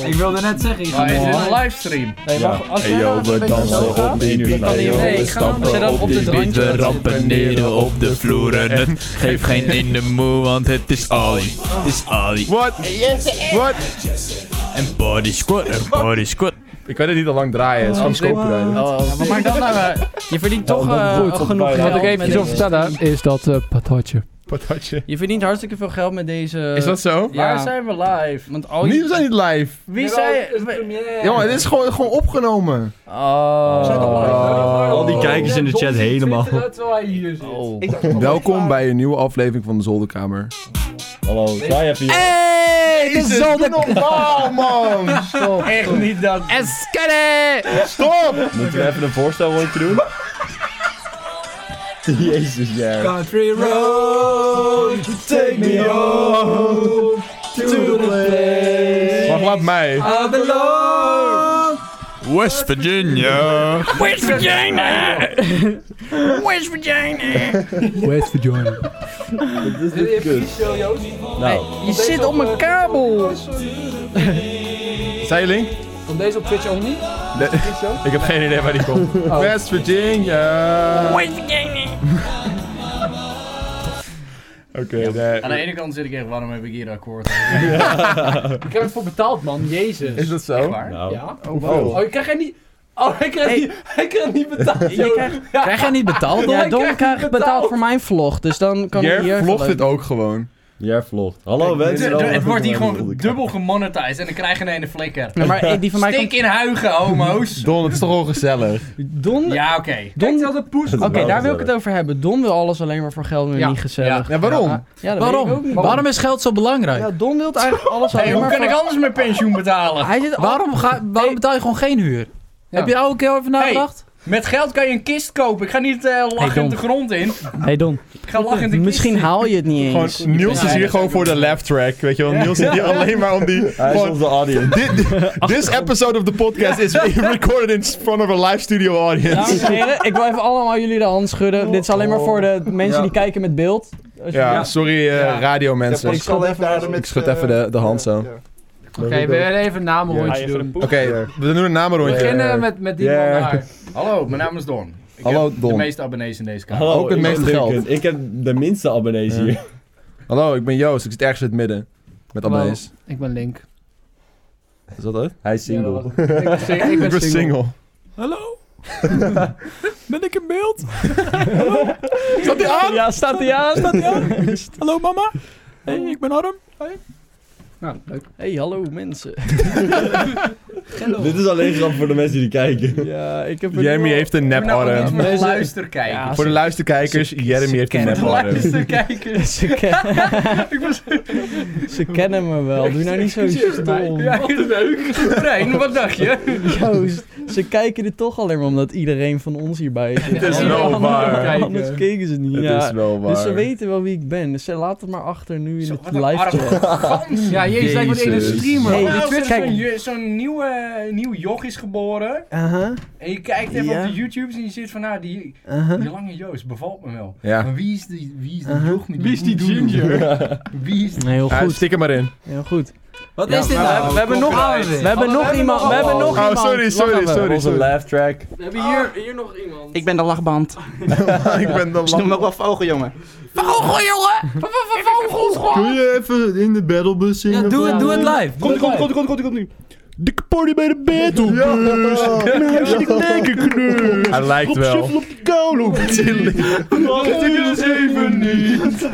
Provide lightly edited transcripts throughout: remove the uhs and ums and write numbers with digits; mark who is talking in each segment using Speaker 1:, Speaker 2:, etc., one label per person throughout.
Speaker 1: Ik wilde net zeggen,
Speaker 2: Maar is dit een livestream?
Speaker 3: Nee, wacht, als jij
Speaker 4: Yo,
Speaker 3: nou
Speaker 4: we
Speaker 3: een beetje
Speaker 4: dansen
Speaker 3: zo
Speaker 4: op
Speaker 3: gaat,
Speaker 4: die
Speaker 3: dan kan hij
Speaker 4: vloer.
Speaker 3: mee.
Speaker 4: We stampen
Speaker 3: Zet dan
Speaker 4: op
Speaker 3: op
Speaker 4: die
Speaker 3: dit
Speaker 4: beat.
Speaker 3: randje.
Speaker 4: We rampeneren op de vloer. En het geeft geen in de moe, want het is Ali. Het is Ali.
Speaker 5: What? What?
Speaker 4: En body squat, en body squat.
Speaker 5: Ik kan het niet al lang draaien, het is gewoon scooprijden.
Speaker 2: Wat maakt dat nou uit?
Speaker 3: Je verdient toch
Speaker 1: goed.
Speaker 3: genoeg geld.
Speaker 1: Wat ik even
Speaker 3: met
Speaker 1: wil
Speaker 3: deze-
Speaker 1: vertellen is dat patatje.
Speaker 5: Patatje.
Speaker 3: Je verdient hartstikke veel geld met deze...
Speaker 5: Is dat zo?
Speaker 3: Ja.
Speaker 2: Waar zijn we live?
Speaker 3: Want al
Speaker 5: Nee,
Speaker 3: je...
Speaker 5: we zijn niet live.
Speaker 3: Wie zei...
Speaker 5: Jongen, dit is gewoon opgenomen.
Speaker 4: Al die kijkers in de chat helemaal.
Speaker 1: Terwijl hij hier zit.
Speaker 5: Welkom bij een nieuwe aflevering van de Zolderkamer.
Speaker 4: Hallo, zwaai even hier.
Speaker 3: Hey,
Speaker 5: Jezus, doe normaal, man! Stop.
Speaker 2: Echt niet dat...
Speaker 5: Stop!
Speaker 4: Moeten we even een voorstelrondje doen? Jezus, ja.
Speaker 1: Country road, take me home to the place
Speaker 5: Wacht, laat mij.
Speaker 1: I belong.
Speaker 4: West Virginia.
Speaker 3: West Virginia! West Virginia!
Speaker 1: West Virginia.
Speaker 4: Dit is kut. Nou,
Speaker 3: Je zit op mijn kabel!
Speaker 5: Zei je link?
Speaker 1: Komt deze op Twitch only?
Speaker 5: Ik heb geen idee waar die komt. West Virginia.
Speaker 3: West Virginia!
Speaker 5: Oké, nee.
Speaker 2: Aan de ene kant zit ik echt, waarom heb ik hier akkoord?
Speaker 1: Ik heb ervoor betaald, man. Jezus.
Speaker 5: Is dat zo?
Speaker 2: Echt waar?
Speaker 4: nou.
Speaker 1: Ja?
Speaker 5: Oh.
Speaker 1: Oh, ik krijg hij niet... Oh, hij krijgt niet betaald.
Speaker 3: Je krijg jij niet betaald?
Speaker 1: Ja,
Speaker 3: Ja,
Speaker 1: ik
Speaker 3: Don
Speaker 1: krijg
Speaker 3: krijgt
Speaker 1: niet
Speaker 3: betaald
Speaker 1: betaald
Speaker 3: voor mijn vlog, dus dan kan ik
Speaker 5: Jer
Speaker 3: hier...
Speaker 5: vlogt dit ook gewoon.
Speaker 4: Jij vlogt. Hallo mensen.
Speaker 2: Het wordt hier gewoon dubbel gemonetized en dan krijg je een flikker.
Speaker 3: Ja, maar die van mij
Speaker 2: Stik in huigen, homo's.
Speaker 5: Don, het is toch wel gezellig?
Speaker 3: Don...
Speaker 2: Ja, oké.
Speaker 3: Don...
Speaker 1: de poes.
Speaker 3: Oké, daar wil ik het over hebben. Don wil alles alleen maar voor geld en
Speaker 1: Ja.
Speaker 3: niet gezellig.
Speaker 5: Ja, waarom?
Speaker 3: Ja, dat weet ik ook niet.
Speaker 6: Waarom is geld zo belangrijk?
Speaker 3: Ja, Don wil eigenlijk alles
Speaker 2: Hey,
Speaker 3: alleen
Speaker 2: hoe
Speaker 3: maar
Speaker 2: kan ik
Speaker 3: voor...
Speaker 2: anders mijn pensioen betalen?
Speaker 3: Hij zit
Speaker 6: Waarom betaal je gewoon geen huur? Heb je daar ook een keer over nagedacht?
Speaker 2: Met geld kan je een kist kopen. Ik ga niet lachend
Speaker 3: Don.
Speaker 2: de grond in.
Speaker 3: Hey Don,
Speaker 2: Ik ga lachend de kist
Speaker 3: misschien haal je het niet eens.
Speaker 5: Gewoon, Niels is hier gewoon voor de laugh track, weet je wel. Niels zit hier alleen maar om die...
Speaker 4: Hij is
Speaker 5: gewoon-
Speaker 4: onze audience.
Speaker 5: This episode of the podcast is recorded in front of a live studio audience.
Speaker 3: Dames en heren, ik wil even allemaal jullie de hand schudden. Dit is alleen maar voor de mensen die kijken met beeld.
Speaker 5: Ja, sorry radiomensen.
Speaker 3: Ik schud even,
Speaker 5: Ik schud even de hand zo.
Speaker 1: Oké, we willen even een namenrondje doen.
Speaker 5: Oké, we doen een
Speaker 1: We
Speaker 5: namenrondje.
Speaker 1: beginnen met die man daar.
Speaker 2: Hallo, mijn naam is Don. Ik
Speaker 5: Hallo,
Speaker 2: heb
Speaker 5: Don.
Speaker 2: de meeste abonnees in deze kamer.
Speaker 4: Hallo,
Speaker 5: Ook het
Speaker 4: ik ben
Speaker 5: meeste geld.
Speaker 4: Duncan. Ik heb de minste abonnees hier.
Speaker 5: Hallo, ik ben Joost. Ik zit ergens in het midden. Met
Speaker 1: Hallo.
Speaker 5: abonnees.
Speaker 1: Ik ben Link.
Speaker 5: Is dat het?
Speaker 4: Hij is single.
Speaker 1: Ik ben single.
Speaker 6: Hallo? Ben ik in beeld?
Speaker 5: Staat die aan?
Speaker 3: Ja, staat hij aan?
Speaker 6: Hallo mama? Hey, ik ben Harm.
Speaker 1: Nou, leuk.
Speaker 3: Hey, hallo mensen.
Speaker 4: Dit is alleen grap voor de mensen die kijken.
Speaker 3: Ja, ik heb
Speaker 5: Jeremy heeft een
Speaker 2: Nou, niet
Speaker 5: neparm.
Speaker 2: voor de
Speaker 3: Deze-
Speaker 2: luisterkijkers.
Speaker 3: Ja,
Speaker 5: Voor de luisterkijkers, Jeremy heeft een
Speaker 3: kennen
Speaker 2: Voor de
Speaker 5: neparm.
Speaker 2: luisterkijkers.
Speaker 3: Ze kennen me wel. Doe nou niet zo stom.
Speaker 2: Ja, leuk. Brein, wat dacht je?
Speaker 3: Joost, ze kijken dit toch alleen maar omdat iedereen van ons hierbij zit.
Speaker 5: Het is wel waar.
Speaker 3: Anders keken ze niet.
Speaker 5: Het
Speaker 3: Ja.
Speaker 5: is wel waar.
Speaker 3: Dus ze weten wel wie ik ben. Dus ze laten het maar achter nu in
Speaker 2: Zo,
Speaker 3: het
Speaker 2: wat een
Speaker 3: live chat.
Speaker 2: arrogant.
Speaker 1: Ja, jezus, lijkt me de ene
Speaker 5: Jezus.
Speaker 1: streamer.
Speaker 3: Hey,
Speaker 1: Hey,
Speaker 3: de Twitch- kijk.
Speaker 2: Zo'n nieuw joch is geboren.
Speaker 3: Aha,
Speaker 2: En je kijkt even
Speaker 3: Ja.
Speaker 2: op de YouTubes en je zit van, nou, die
Speaker 3: aha.
Speaker 2: lange Joost bevalt me wel.
Speaker 5: Ja.
Speaker 2: Maar wie is die
Speaker 3: Uh-huh.
Speaker 2: joch met
Speaker 1: Wie is die
Speaker 2: boedoe?
Speaker 1: ginger?
Speaker 2: Wie is
Speaker 3: Nee, heel
Speaker 5: Ja,
Speaker 3: goed.
Speaker 5: stik hem maar in.
Speaker 3: Heel goed.
Speaker 6: Wat
Speaker 1: Ja,
Speaker 6: is dit
Speaker 1: maar
Speaker 6: nou?
Speaker 3: We hebben nog iemand. We hebben nog
Speaker 5: Oh,
Speaker 3: iemand.
Speaker 5: sorry,
Speaker 3: Wacht
Speaker 5: sorry,
Speaker 3: even.
Speaker 5: sorry.
Speaker 4: Onze laugh track.
Speaker 1: We hebben hier nog iemand.
Speaker 7: Ik ben de lachband.
Speaker 5: Ik ben de
Speaker 7: Ze noemen me ook wel vogel, jongen.
Speaker 6: Vogel, jongen! Vogels!
Speaker 4: Kun je even in de battlebus zingen?
Speaker 6: Ja, doe het live.
Speaker 7: Komt nu.
Speaker 4: Dikke party bij de battlebus. Mensen die lekker knus.
Speaker 5: Hij lijkt wel.
Speaker 4: Op de koude. Wacht eens even niet.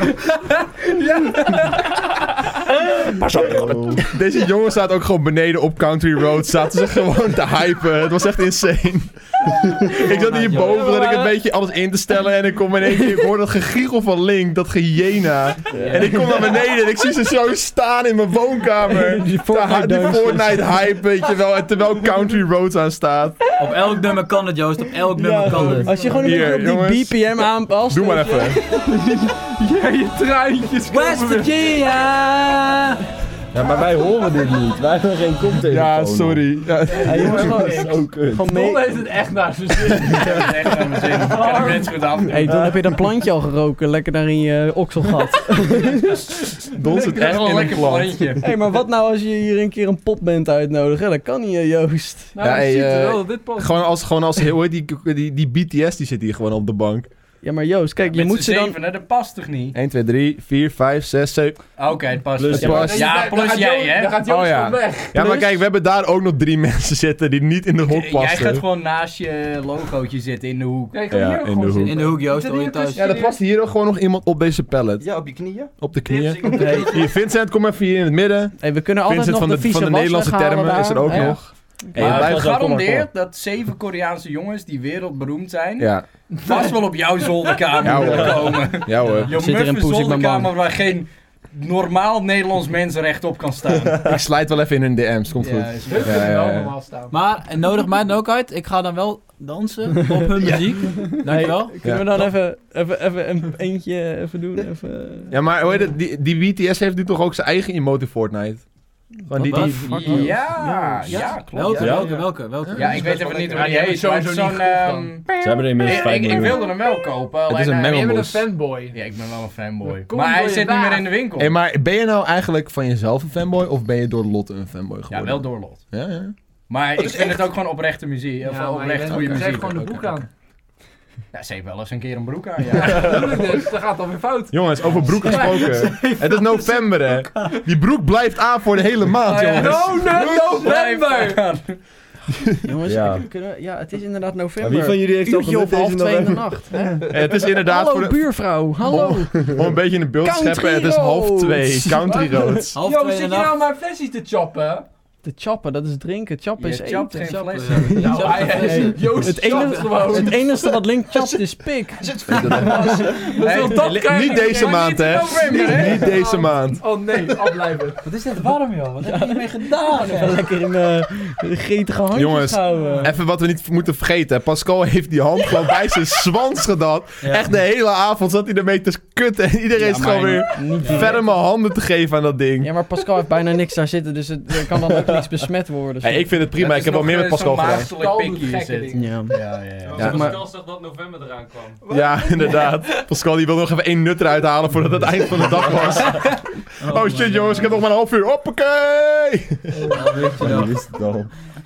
Speaker 5: Deze jongen staat ook gewoon beneden op Country Road. Zaten ze gewoon te hypen. Het was echt insane. Ik zat hierboven dat ik een beetje alles in te stellen. En ik kom in één keer, ik hoor dat gegiegel van Link. Dat hyena. En ik kom naar beneden en ik zie ze zo staan in mijn woonkamer. Die Fortnite hype, weet je wel. En terwijl Country Roads aan staat.
Speaker 6: Op elk nummer kan het, Joost. Op elk nummer kan het.
Speaker 3: Als je gewoon een
Speaker 5: Hier,
Speaker 3: beetje op
Speaker 5: jongens.
Speaker 3: die BPM aanpast.
Speaker 5: Doe maar
Speaker 3: weet je.
Speaker 5: even.
Speaker 1: Ja, je truitjes.
Speaker 6: West Virginia!
Speaker 1: Ja, maar wij horen dit niet. Wij hebben geen koptelefoon.
Speaker 5: Ja, sorry. Ja.
Speaker 3: Hey, jongens,
Speaker 1: Dat is ook kut.
Speaker 3: van
Speaker 1: Don
Speaker 3: mee...
Speaker 1: heeft het echt naar zijn zin.
Speaker 2: Ja, echt aan mijn zin. Ik kan de mensen goed af.
Speaker 3: Hey, toen heb je dat plantje al geroken, lekker daar in je okselgat.
Speaker 5: Don zit echt
Speaker 2: wel
Speaker 5: in
Speaker 2: een
Speaker 5: een
Speaker 2: lekker
Speaker 5: plant.
Speaker 2: plantje.
Speaker 3: Hey, maar wat nou als je hier een keer een popband uitnodigt? Ja, dat kan niet, Joost.
Speaker 1: Nou,
Speaker 5: Ja,
Speaker 1: je
Speaker 5: hey,
Speaker 1: ziet wel dat dit pas.
Speaker 5: Gewoon als hoe heet die BTS die zit hier gewoon op de bank.
Speaker 3: Ja, maar Joost, kijk, je
Speaker 2: Met
Speaker 3: moet
Speaker 2: z'n
Speaker 3: ze dan...
Speaker 2: zeven, hè? Dat past toch niet?
Speaker 5: 1, 2, 3, 4, 5, 6, 7.
Speaker 2: Oké, het past.
Speaker 1: Dus
Speaker 5: Het past.
Speaker 2: Ja, plus jij, hè?
Speaker 1: Dan gaat Joost
Speaker 5: Oh, ja.
Speaker 1: gewoon weg.
Speaker 5: Ja, maar kijk, we hebben daar ook nog 3 mensen zitten die niet in de hok
Speaker 2: Jij
Speaker 5: passen.
Speaker 2: gaat gewoon naast je logootje zitten in de hoek.
Speaker 1: Ja, je kan
Speaker 5: Ja,
Speaker 1: hier ook
Speaker 5: in de
Speaker 1: gewoon
Speaker 5: hoek.
Speaker 1: zitten.
Speaker 6: In de hoek, Joost,
Speaker 1: Zit
Speaker 6: hoor je
Speaker 1: hier
Speaker 6: thuis.
Speaker 1: tussen-
Speaker 5: Ja, er past hier ook gewoon nog iemand op deze pallet.
Speaker 7: Ja, op je knieën.
Speaker 5: Op de knieën.
Speaker 7: Tips,
Speaker 5: Hey, hier, Vincent, kom even hier in het midden.
Speaker 3: Hey, we kunnen altijd
Speaker 5: Vincent
Speaker 3: nog
Speaker 5: van
Speaker 3: de vieze
Speaker 5: de
Speaker 3: was
Speaker 5: Nederlandse
Speaker 3: weghalen
Speaker 5: termen is er
Speaker 3: daar,
Speaker 5: ook
Speaker 3: hè?
Speaker 5: nog. Hey,
Speaker 2: Maar
Speaker 5: blijf-
Speaker 2: gegarandeerd dat 7 Koreaanse jongens die wereldberoemd zijn,
Speaker 5: Ja,
Speaker 2: vast wel op jouw zolderkamer
Speaker 5: Ja,
Speaker 2: willen
Speaker 5: hoor.
Speaker 2: komen.
Speaker 5: ja hoor.
Speaker 2: Jouw
Speaker 3: Zit er een
Speaker 2: muffe
Speaker 3: poes, ik ben
Speaker 2: zolderkamer waar geen normaal Nederlands mens rechtop kan staan.
Speaker 5: Ik slijt wel even in hun DM's, komt goed.
Speaker 2: Ja, is
Speaker 1: Hun
Speaker 2: goed.
Speaker 1: kunnen
Speaker 5: Ja,
Speaker 1: wel
Speaker 5: ja, ja.
Speaker 1: normaal staan.
Speaker 6: Maar nodig mij dan ook uit. Ik ga dan wel dansen op hun muziek. Dankjewel.
Speaker 3: Kunnen we dan even een eentje even doen? Even...
Speaker 5: Ja, maar hoe heet het? Die BTS heeft nu toch ook zijn eigen emote in Fortnite? Gewoon die...
Speaker 2: Ja, klopt.
Speaker 6: Welke?
Speaker 2: Ja, ik weet even niet hoe
Speaker 1: Ja,
Speaker 2: die
Speaker 1: die hebben
Speaker 2: heet,
Speaker 1: sowieso
Speaker 2: maar het is zo'n...
Speaker 1: niet gekocht dan.
Speaker 2: ehm,
Speaker 1: Ze hebben er inmiddels 5
Speaker 2: ik
Speaker 1: miljoen.
Speaker 2: wilde hem wel kopen, alleen
Speaker 5: is een
Speaker 2: hij-
Speaker 1: Maar je bent een
Speaker 5: Mengelmoes.
Speaker 1: fanboy.
Speaker 2: Ja, ik ben wel een fanboy.
Speaker 1: Kom
Speaker 2: Maar hij
Speaker 1: door je
Speaker 2: zit niet meer
Speaker 1: wagen.
Speaker 2: in de winkel.
Speaker 5: Hé, maar ben je nou eigenlijk van jezelf een fanboy of ben je door Lotte een fanboy
Speaker 2: Ja,
Speaker 5: geworden?
Speaker 2: wel door Lot.
Speaker 5: Ja, ja.
Speaker 2: Maar ik vind het ook gewoon oprechte muziek. Of
Speaker 1: Ja, maar
Speaker 2: oprecht
Speaker 1: je
Speaker 2: goede
Speaker 1: bent- ze heeft
Speaker 2: muziek.
Speaker 1: gewoon de broek aan.
Speaker 2: Ja, ze heeft wel eens een keer een broek aan, ja.
Speaker 1: Dat bedoel ik dus, dat gaat dan weer fout.
Speaker 5: Jongens, over broek gesproken. Het is november, hè. Die broek blijft aan voor de hele maand, jongens.
Speaker 2: November!
Speaker 3: Jongens,
Speaker 1: Ja.
Speaker 3: ja, het is inderdaad november.
Speaker 1: Maar wie van jullie heeft
Speaker 3: Uurtje
Speaker 1: al
Speaker 3: op
Speaker 1: gelukt deze
Speaker 3: 1:30 in de
Speaker 1: november?
Speaker 3: nacht. Hè?
Speaker 5: Het is inderdaad
Speaker 3: Hallo
Speaker 5: voor de...
Speaker 3: buurvrouw, hallo.
Speaker 5: Om een beetje in het beeld te
Speaker 3: Country
Speaker 5: scheppen, het is
Speaker 3: roads.
Speaker 5: 1:30. Country roads.
Speaker 6: Half
Speaker 1: Yo,
Speaker 6: 2
Speaker 1: zit
Speaker 6: in
Speaker 1: je
Speaker 6: de
Speaker 1: nou
Speaker 6: nacht.
Speaker 1: mijn flesjes te choppen?
Speaker 3: Te chappen, dat is drinken. Chappen is
Speaker 2: Je chapt
Speaker 3: eten.
Speaker 2: geen fles.
Speaker 1: Nou, hij Joost
Speaker 3: Het
Speaker 1: chapt
Speaker 3: enige,
Speaker 1: gewoon.
Speaker 3: het enige wat Link chapt is pik.
Speaker 5: Niet deze maand, hè. Niet deze maand.
Speaker 1: Oh nee, afblijven.
Speaker 6: Wat is dit warm, joh? Wat heb je hiermee gedaan?
Speaker 3: Even lekker in de gretige handjes
Speaker 5: Jongens,
Speaker 3: houden.
Speaker 5: Even wat we niet moeten vergeten. hè. Pascal heeft die hand gewoon bij zijn zwans gedaan. Echt de hele avond zat hij ermee te kutten. En iedereen is gewoon weer
Speaker 3: Niet direct.
Speaker 5: ferme handen te geven aan dat ding.
Speaker 3: Ja, maar Pascal heeft bijna niks daar zitten, dus er kan dan ook niks besmet worden.
Speaker 5: Hey, ik vind het prima. Ik heb wel meer met Pascal gedaan.
Speaker 1: Pascal doet
Speaker 2: Pikkie
Speaker 1: gekke
Speaker 2: zit.
Speaker 1: dingen.
Speaker 3: Ja.
Speaker 2: Ja.
Speaker 5: Ja,
Speaker 3: maar-
Speaker 8: Pascal zag dat november eraan kwam.
Speaker 5: Ja, inderdaad. Pascal die wil nog even 1 nut eruit halen voordat het eind van de dag was. Oh shit jongens, ik heb nog maar een half uur. Hoppakee!
Speaker 1: Ja, die wist het al.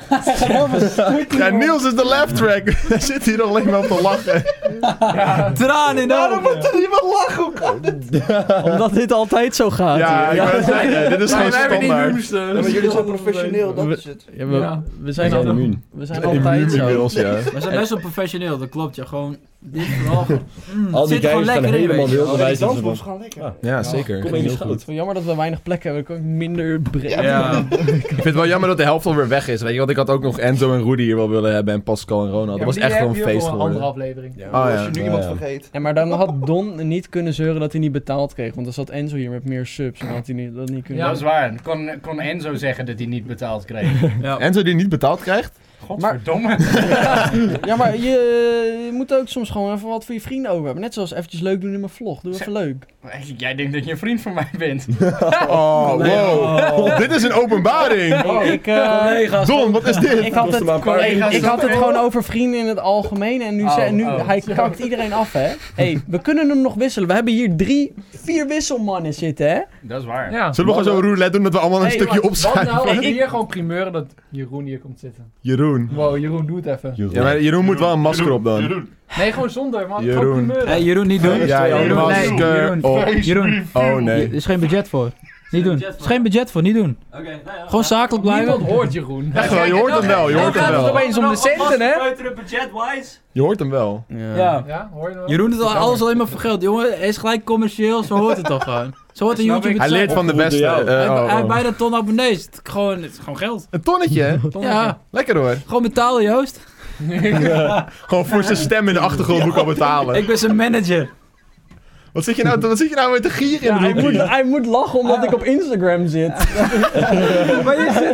Speaker 5: Ja, Niels is de laugh track. Hij zit hier nog alleen maar op te lachen.
Speaker 6: Traan in de ogen.
Speaker 5: moet er niemand lachen? Hoe kan dit?
Speaker 3: Omdat dit altijd zo gaat.
Speaker 5: Ja,
Speaker 3: hier.
Speaker 5: ik wou het zeggen. Dit is gewoon standaard.
Speaker 7: maar jullie zijn professioneel, dat is het.
Speaker 3: Ja, we
Speaker 1: Ja.
Speaker 3: zijn,
Speaker 1: Ja,
Speaker 3: al,
Speaker 1: immuun.
Speaker 3: we zijn
Speaker 5: Immuun
Speaker 3: altijd zo.
Speaker 5: inmiddels, ja.
Speaker 6: We zijn best wel professioneel, dat klopt. Ja, gewoon dit vooral.
Speaker 1: Al die
Speaker 6: zit gewoon
Speaker 1: guys gaan
Speaker 6: lekker in,
Speaker 1: helemaal
Speaker 6: weet je.
Speaker 1: wild. Wij
Speaker 7: Zandvoort
Speaker 1: zitten
Speaker 7: is gewoon lekker.
Speaker 5: Ja, zeker.
Speaker 1: Kom in de
Speaker 5: Heel
Speaker 1: schoot.
Speaker 5: goed.
Speaker 3: Het is wel jammer dat we weinig plekken hebben. Dan kan ik minder breed.
Speaker 6: Ja.
Speaker 5: Ik vind het wel jammer dat de helft alweer weg is. Weet je, want ik had ook nog Enzo en Rudy hier wel willen hebben. En Pascal en Ronald. Dat was echt wel een feest
Speaker 1: Een andere
Speaker 5: geworden.
Speaker 1: aflevering.
Speaker 5: Oh
Speaker 7: Als
Speaker 5: ja.
Speaker 7: je nu iemand
Speaker 1: Ja.
Speaker 7: vergeet.
Speaker 3: Ja, maar dan had Don niet kunnen zeuren dat hij niet betaald kreeg. Want dan zat Enzo hier met meer subs. En dan had hij dat niet kunnen
Speaker 2: Dat is waar. Kon Enzo zeggen dat hij niet betaald kreeg.
Speaker 5: Enzo die niet betaald krijgt?
Speaker 2: Godverdomme.
Speaker 3: Ja, maar je moet ook soms gewoon even wat voor je vrienden over hebben. Net zoals eventjes leuk doen in mijn vlog. Doe even leuk.
Speaker 2: Jij denkt dat je een vriend van mij bent.
Speaker 5: Oh, wow. Dit is een openbaring.
Speaker 6: Collega's.
Speaker 5: Don, wat is dit?
Speaker 3: Ik had het,
Speaker 2: collega's
Speaker 3: ik had het
Speaker 2: op-
Speaker 3: gewoon over vrienden in het algemeen. En nu, hij kakt iedereen af, hè. Hey, we kunnen hem nog wisselen. We hebben hier 4 wisselmannen zitten, hè.
Speaker 2: Dat is waar.
Speaker 1: Ja.
Speaker 5: Zullen we gewoon zo'n roulette doen dat we allemaal een
Speaker 3: Hey,
Speaker 5: stukje
Speaker 1: Wat
Speaker 5: opschrijven?
Speaker 1: nou als we
Speaker 3: Ik-
Speaker 1: hier gewoon primeuren dat Jeroen hier komt zitten?
Speaker 5: Jeroen.
Speaker 1: Wow, Jeroen, doe het even.
Speaker 5: Ja, maar Jeroen moet wel een masker op dan.
Speaker 1: Nee, gewoon zonder, man.
Speaker 5: Jeroen.
Speaker 1: Gewoon primeuren.
Speaker 6: Hey, Jeroen, niet doen.
Speaker 5: Ja,
Speaker 6: Jeroen,
Speaker 5: Jeroen,
Speaker 6: nee,
Speaker 5: masker
Speaker 6: Jeroen.
Speaker 5: op.
Speaker 6: Jeroen,
Speaker 5: Oh
Speaker 6: er
Speaker 5: nee.
Speaker 6: is geen budget voor. Niet doen. Er is geen budget voor, niet doen. Gewoon zakelijk blijven.
Speaker 1: Niemand hoort Jeroen.
Speaker 5: Echt wel, je hoort hem wel, je hoort hem wel.
Speaker 3: opeens om de centen, hè.
Speaker 5: Je hoort hem wel.
Speaker 6: Ja.
Speaker 1: Ja, hoor je hem wel?
Speaker 6: Jeroen doet alles alleen maar voor geld. Jongen, hij is gelijk commercieel, zo hoort het toch gewoon. Zo hoort een
Speaker 1: Snap
Speaker 6: YouTube
Speaker 1: ik.
Speaker 6: het
Speaker 5: Hij leert van de
Speaker 1: Opgevoed
Speaker 5: beste.
Speaker 1: door jou.
Speaker 6: Hij heeft bijna een ton abonnees. Het is gewoon geld.
Speaker 5: Een tonnetje, hè?
Speaker 6: Ja,
Speaker 5: Lekker hoor.
Speaker 6: gewoon betalen, Joost.
Speaker 5: Gewoon voor zijn stem in de achtergrond moet ik al betalen.
Speaker 6: Ik ben zijn manager.
Speaker 5: Wat zit je nou weer te gieren in
Speaker 3: Ja,
Speaker 5: de hoekje?
Speaker 3: hij moet lachen omdat ik op Instagram zit.
Speaker 6: Maar je zit er gewoon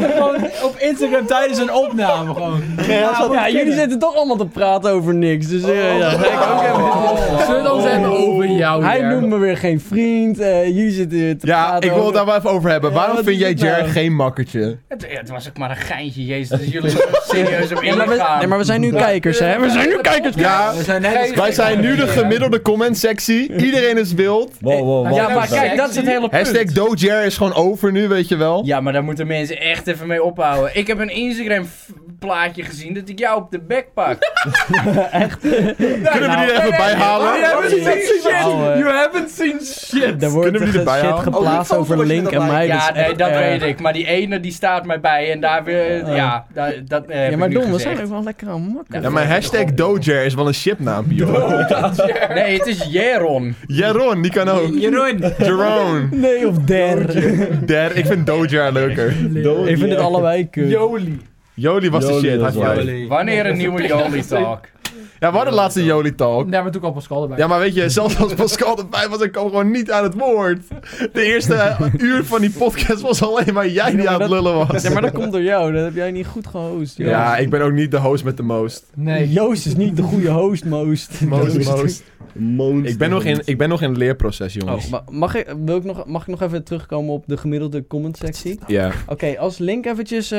Speaker 6: Op Instagram tijdens een opname gewoon.
Speaker 3: Ja, jullie zitten toch allemaal te praten over niks. Dus ga ik ook even...
Speaker 9: Zullen we het dan eens hebben over jou?
Speaker 3: Hij noemt me weer geen vriend. Jullie zitten te praten
Speaker 5: Ja, ik wil het daar wel even over hebben. Waarom
Speaker 3: wat
Speaker 5: vind
Speaker 3: is
Speaker 5: jij
Speaker 3: dit nou?
Speaker 5: Jer geen makkertje?
Speaker 2: Het was ook maar een geintje, jezus. Dus jullie zijn serieus op ingegaan.
Speaker 3: Nee, maar we zijn nu kijkers, hè? We zijn nu kijkers.
Speaker 5: Ja,
Speaker 6: We zijn net
Speaker 5: wij zijn nu de gemiddelde comment-sectie. Iedereen is wild.
Speaker 1: Wow.
Speaker 3: Ja, maar kijk, dat is het hele punt.
Speaker 5: Hashtag DoJer is gewoon over nu, weet je wel.
Speaker 2: Ja, maar daar moeten mensen echt even mee ophouden. Ik heb een Instagram plaatje gezien dat ik jou op de bek pak.
Speaker 5: Kunnen we die er even bij halen?
Speaker 1: You haven't seen shit.
Speaker 3: Er wordt
Speaker 5: Kunnen we die erbij
Speaker 3: shit
Speaker 5: halen?
Speaker 3: geplaatst over Link en mij.
Speaker 2: Ja,
Speaker 3: dus
Speaker 2: nee,
Speaker 3: echt,
Speaker 2: dat weet ik. Maar die ene die staat mij bij en daar weer... Ja, dat heb
Speaker 3: Ja, maar
Speaker 2: ik nu
Speaker 3: Dom, we
Speaker 2: gezegd.
Speaker 3: zijn ook wel lekker aan makkelijk.
Speaker 5: Ja, maar hashtag DoJer is wel een shipnaampje, joh.
Speaker 2: Nee, het is Jeron.
Speaker 5: Jeroen, die kan ook. Jeroen.
Speaker 3: Nee, of Der.
Speaker 5: Ik vind DoJer leuker.
Speaker 3: Ik vind het allebei kut.
Speaker 5: Jolie was de
Speaker 1: Jolie
Speaker 5: shit.
Speaker 1: was
Speaker 5: High
Speaker 1: wel-
Speaker 5: five.
Speaker 2: Wanneer een nieuwe Jolie Talk?
Speaker 5: Ja, we hadden laatst een Jolie Talk.
Speaker 9: Ja, maar toen kwam Pascal erbij.
Speaker 5: Ja, maar weet je, zelfs als Pascal erbij was, ik kwam gewoon niet aan het woord. De eerste uur van die podcast was alleen maar jij die aan het lullen was.
Speaker 3: Ja, maar dat komt door jou. Dat heb jij niet goed gehost. Joost.
Speaker 5: Ja, ik ben ook niet de host met de most.
Speaker 3: Nee, Joost is niet de goede host, most.
Speaker 5: Ik ben nog in het leerproces, jongens.
Speaker 3: Oh, mag ik nog even terugkomen op de gemiddelde comment sectie?
Speaker 5: Ja.
Speaker 3: Oké, als Link eventjes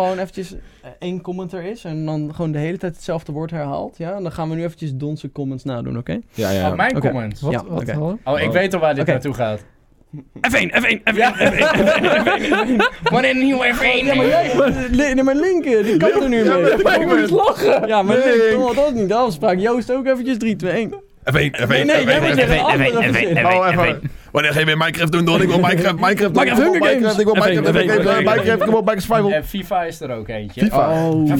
Speaker 3: één comment er is en dan gewoon de hele tijd hetzelfde woord herhaalt, ja, dan gaan we nu eventjes Donse comments nadoen, oké?
Speaker 2: Oh, mijn
Speaker 3: Oké.
Speaker 2: comments.
Speaker 3: Ja, oké.
Speaker 2: Oh, ik weet al waar dit
Speaker 3: Oké.
Speaker 2: naartoe gaat.
Speaker 3: F1.
Speaker 2: Wanneer een nieuwe F1?
Speaker 3: Ja, maar jij, maar Link, die kan er nu mee.
Speaker 5: Ik moet eens lachen.
Speaker 3: Ja, maar
Speaker 5: Link.
Speaker 3: Link, kon dat niet. De afspraak. Joost ook eventjes 3, 2, 1.
Speaker 5: F1.
Speaker 3: Nee, jij bent tegen een andere verzin.
Speaker 5: Oh, even. Wanneer ga je weer Minecraft doen, Don? Ik wil Minecraft. Ik wil
Speaker 3: Hunger Games.
Speaker 5: Minecraft. Kom op, Minecraft Survival.
Speaker 2: En FIFA is er ook eentje.
Speaker 5: FIFA.
Speaker 3: Oh,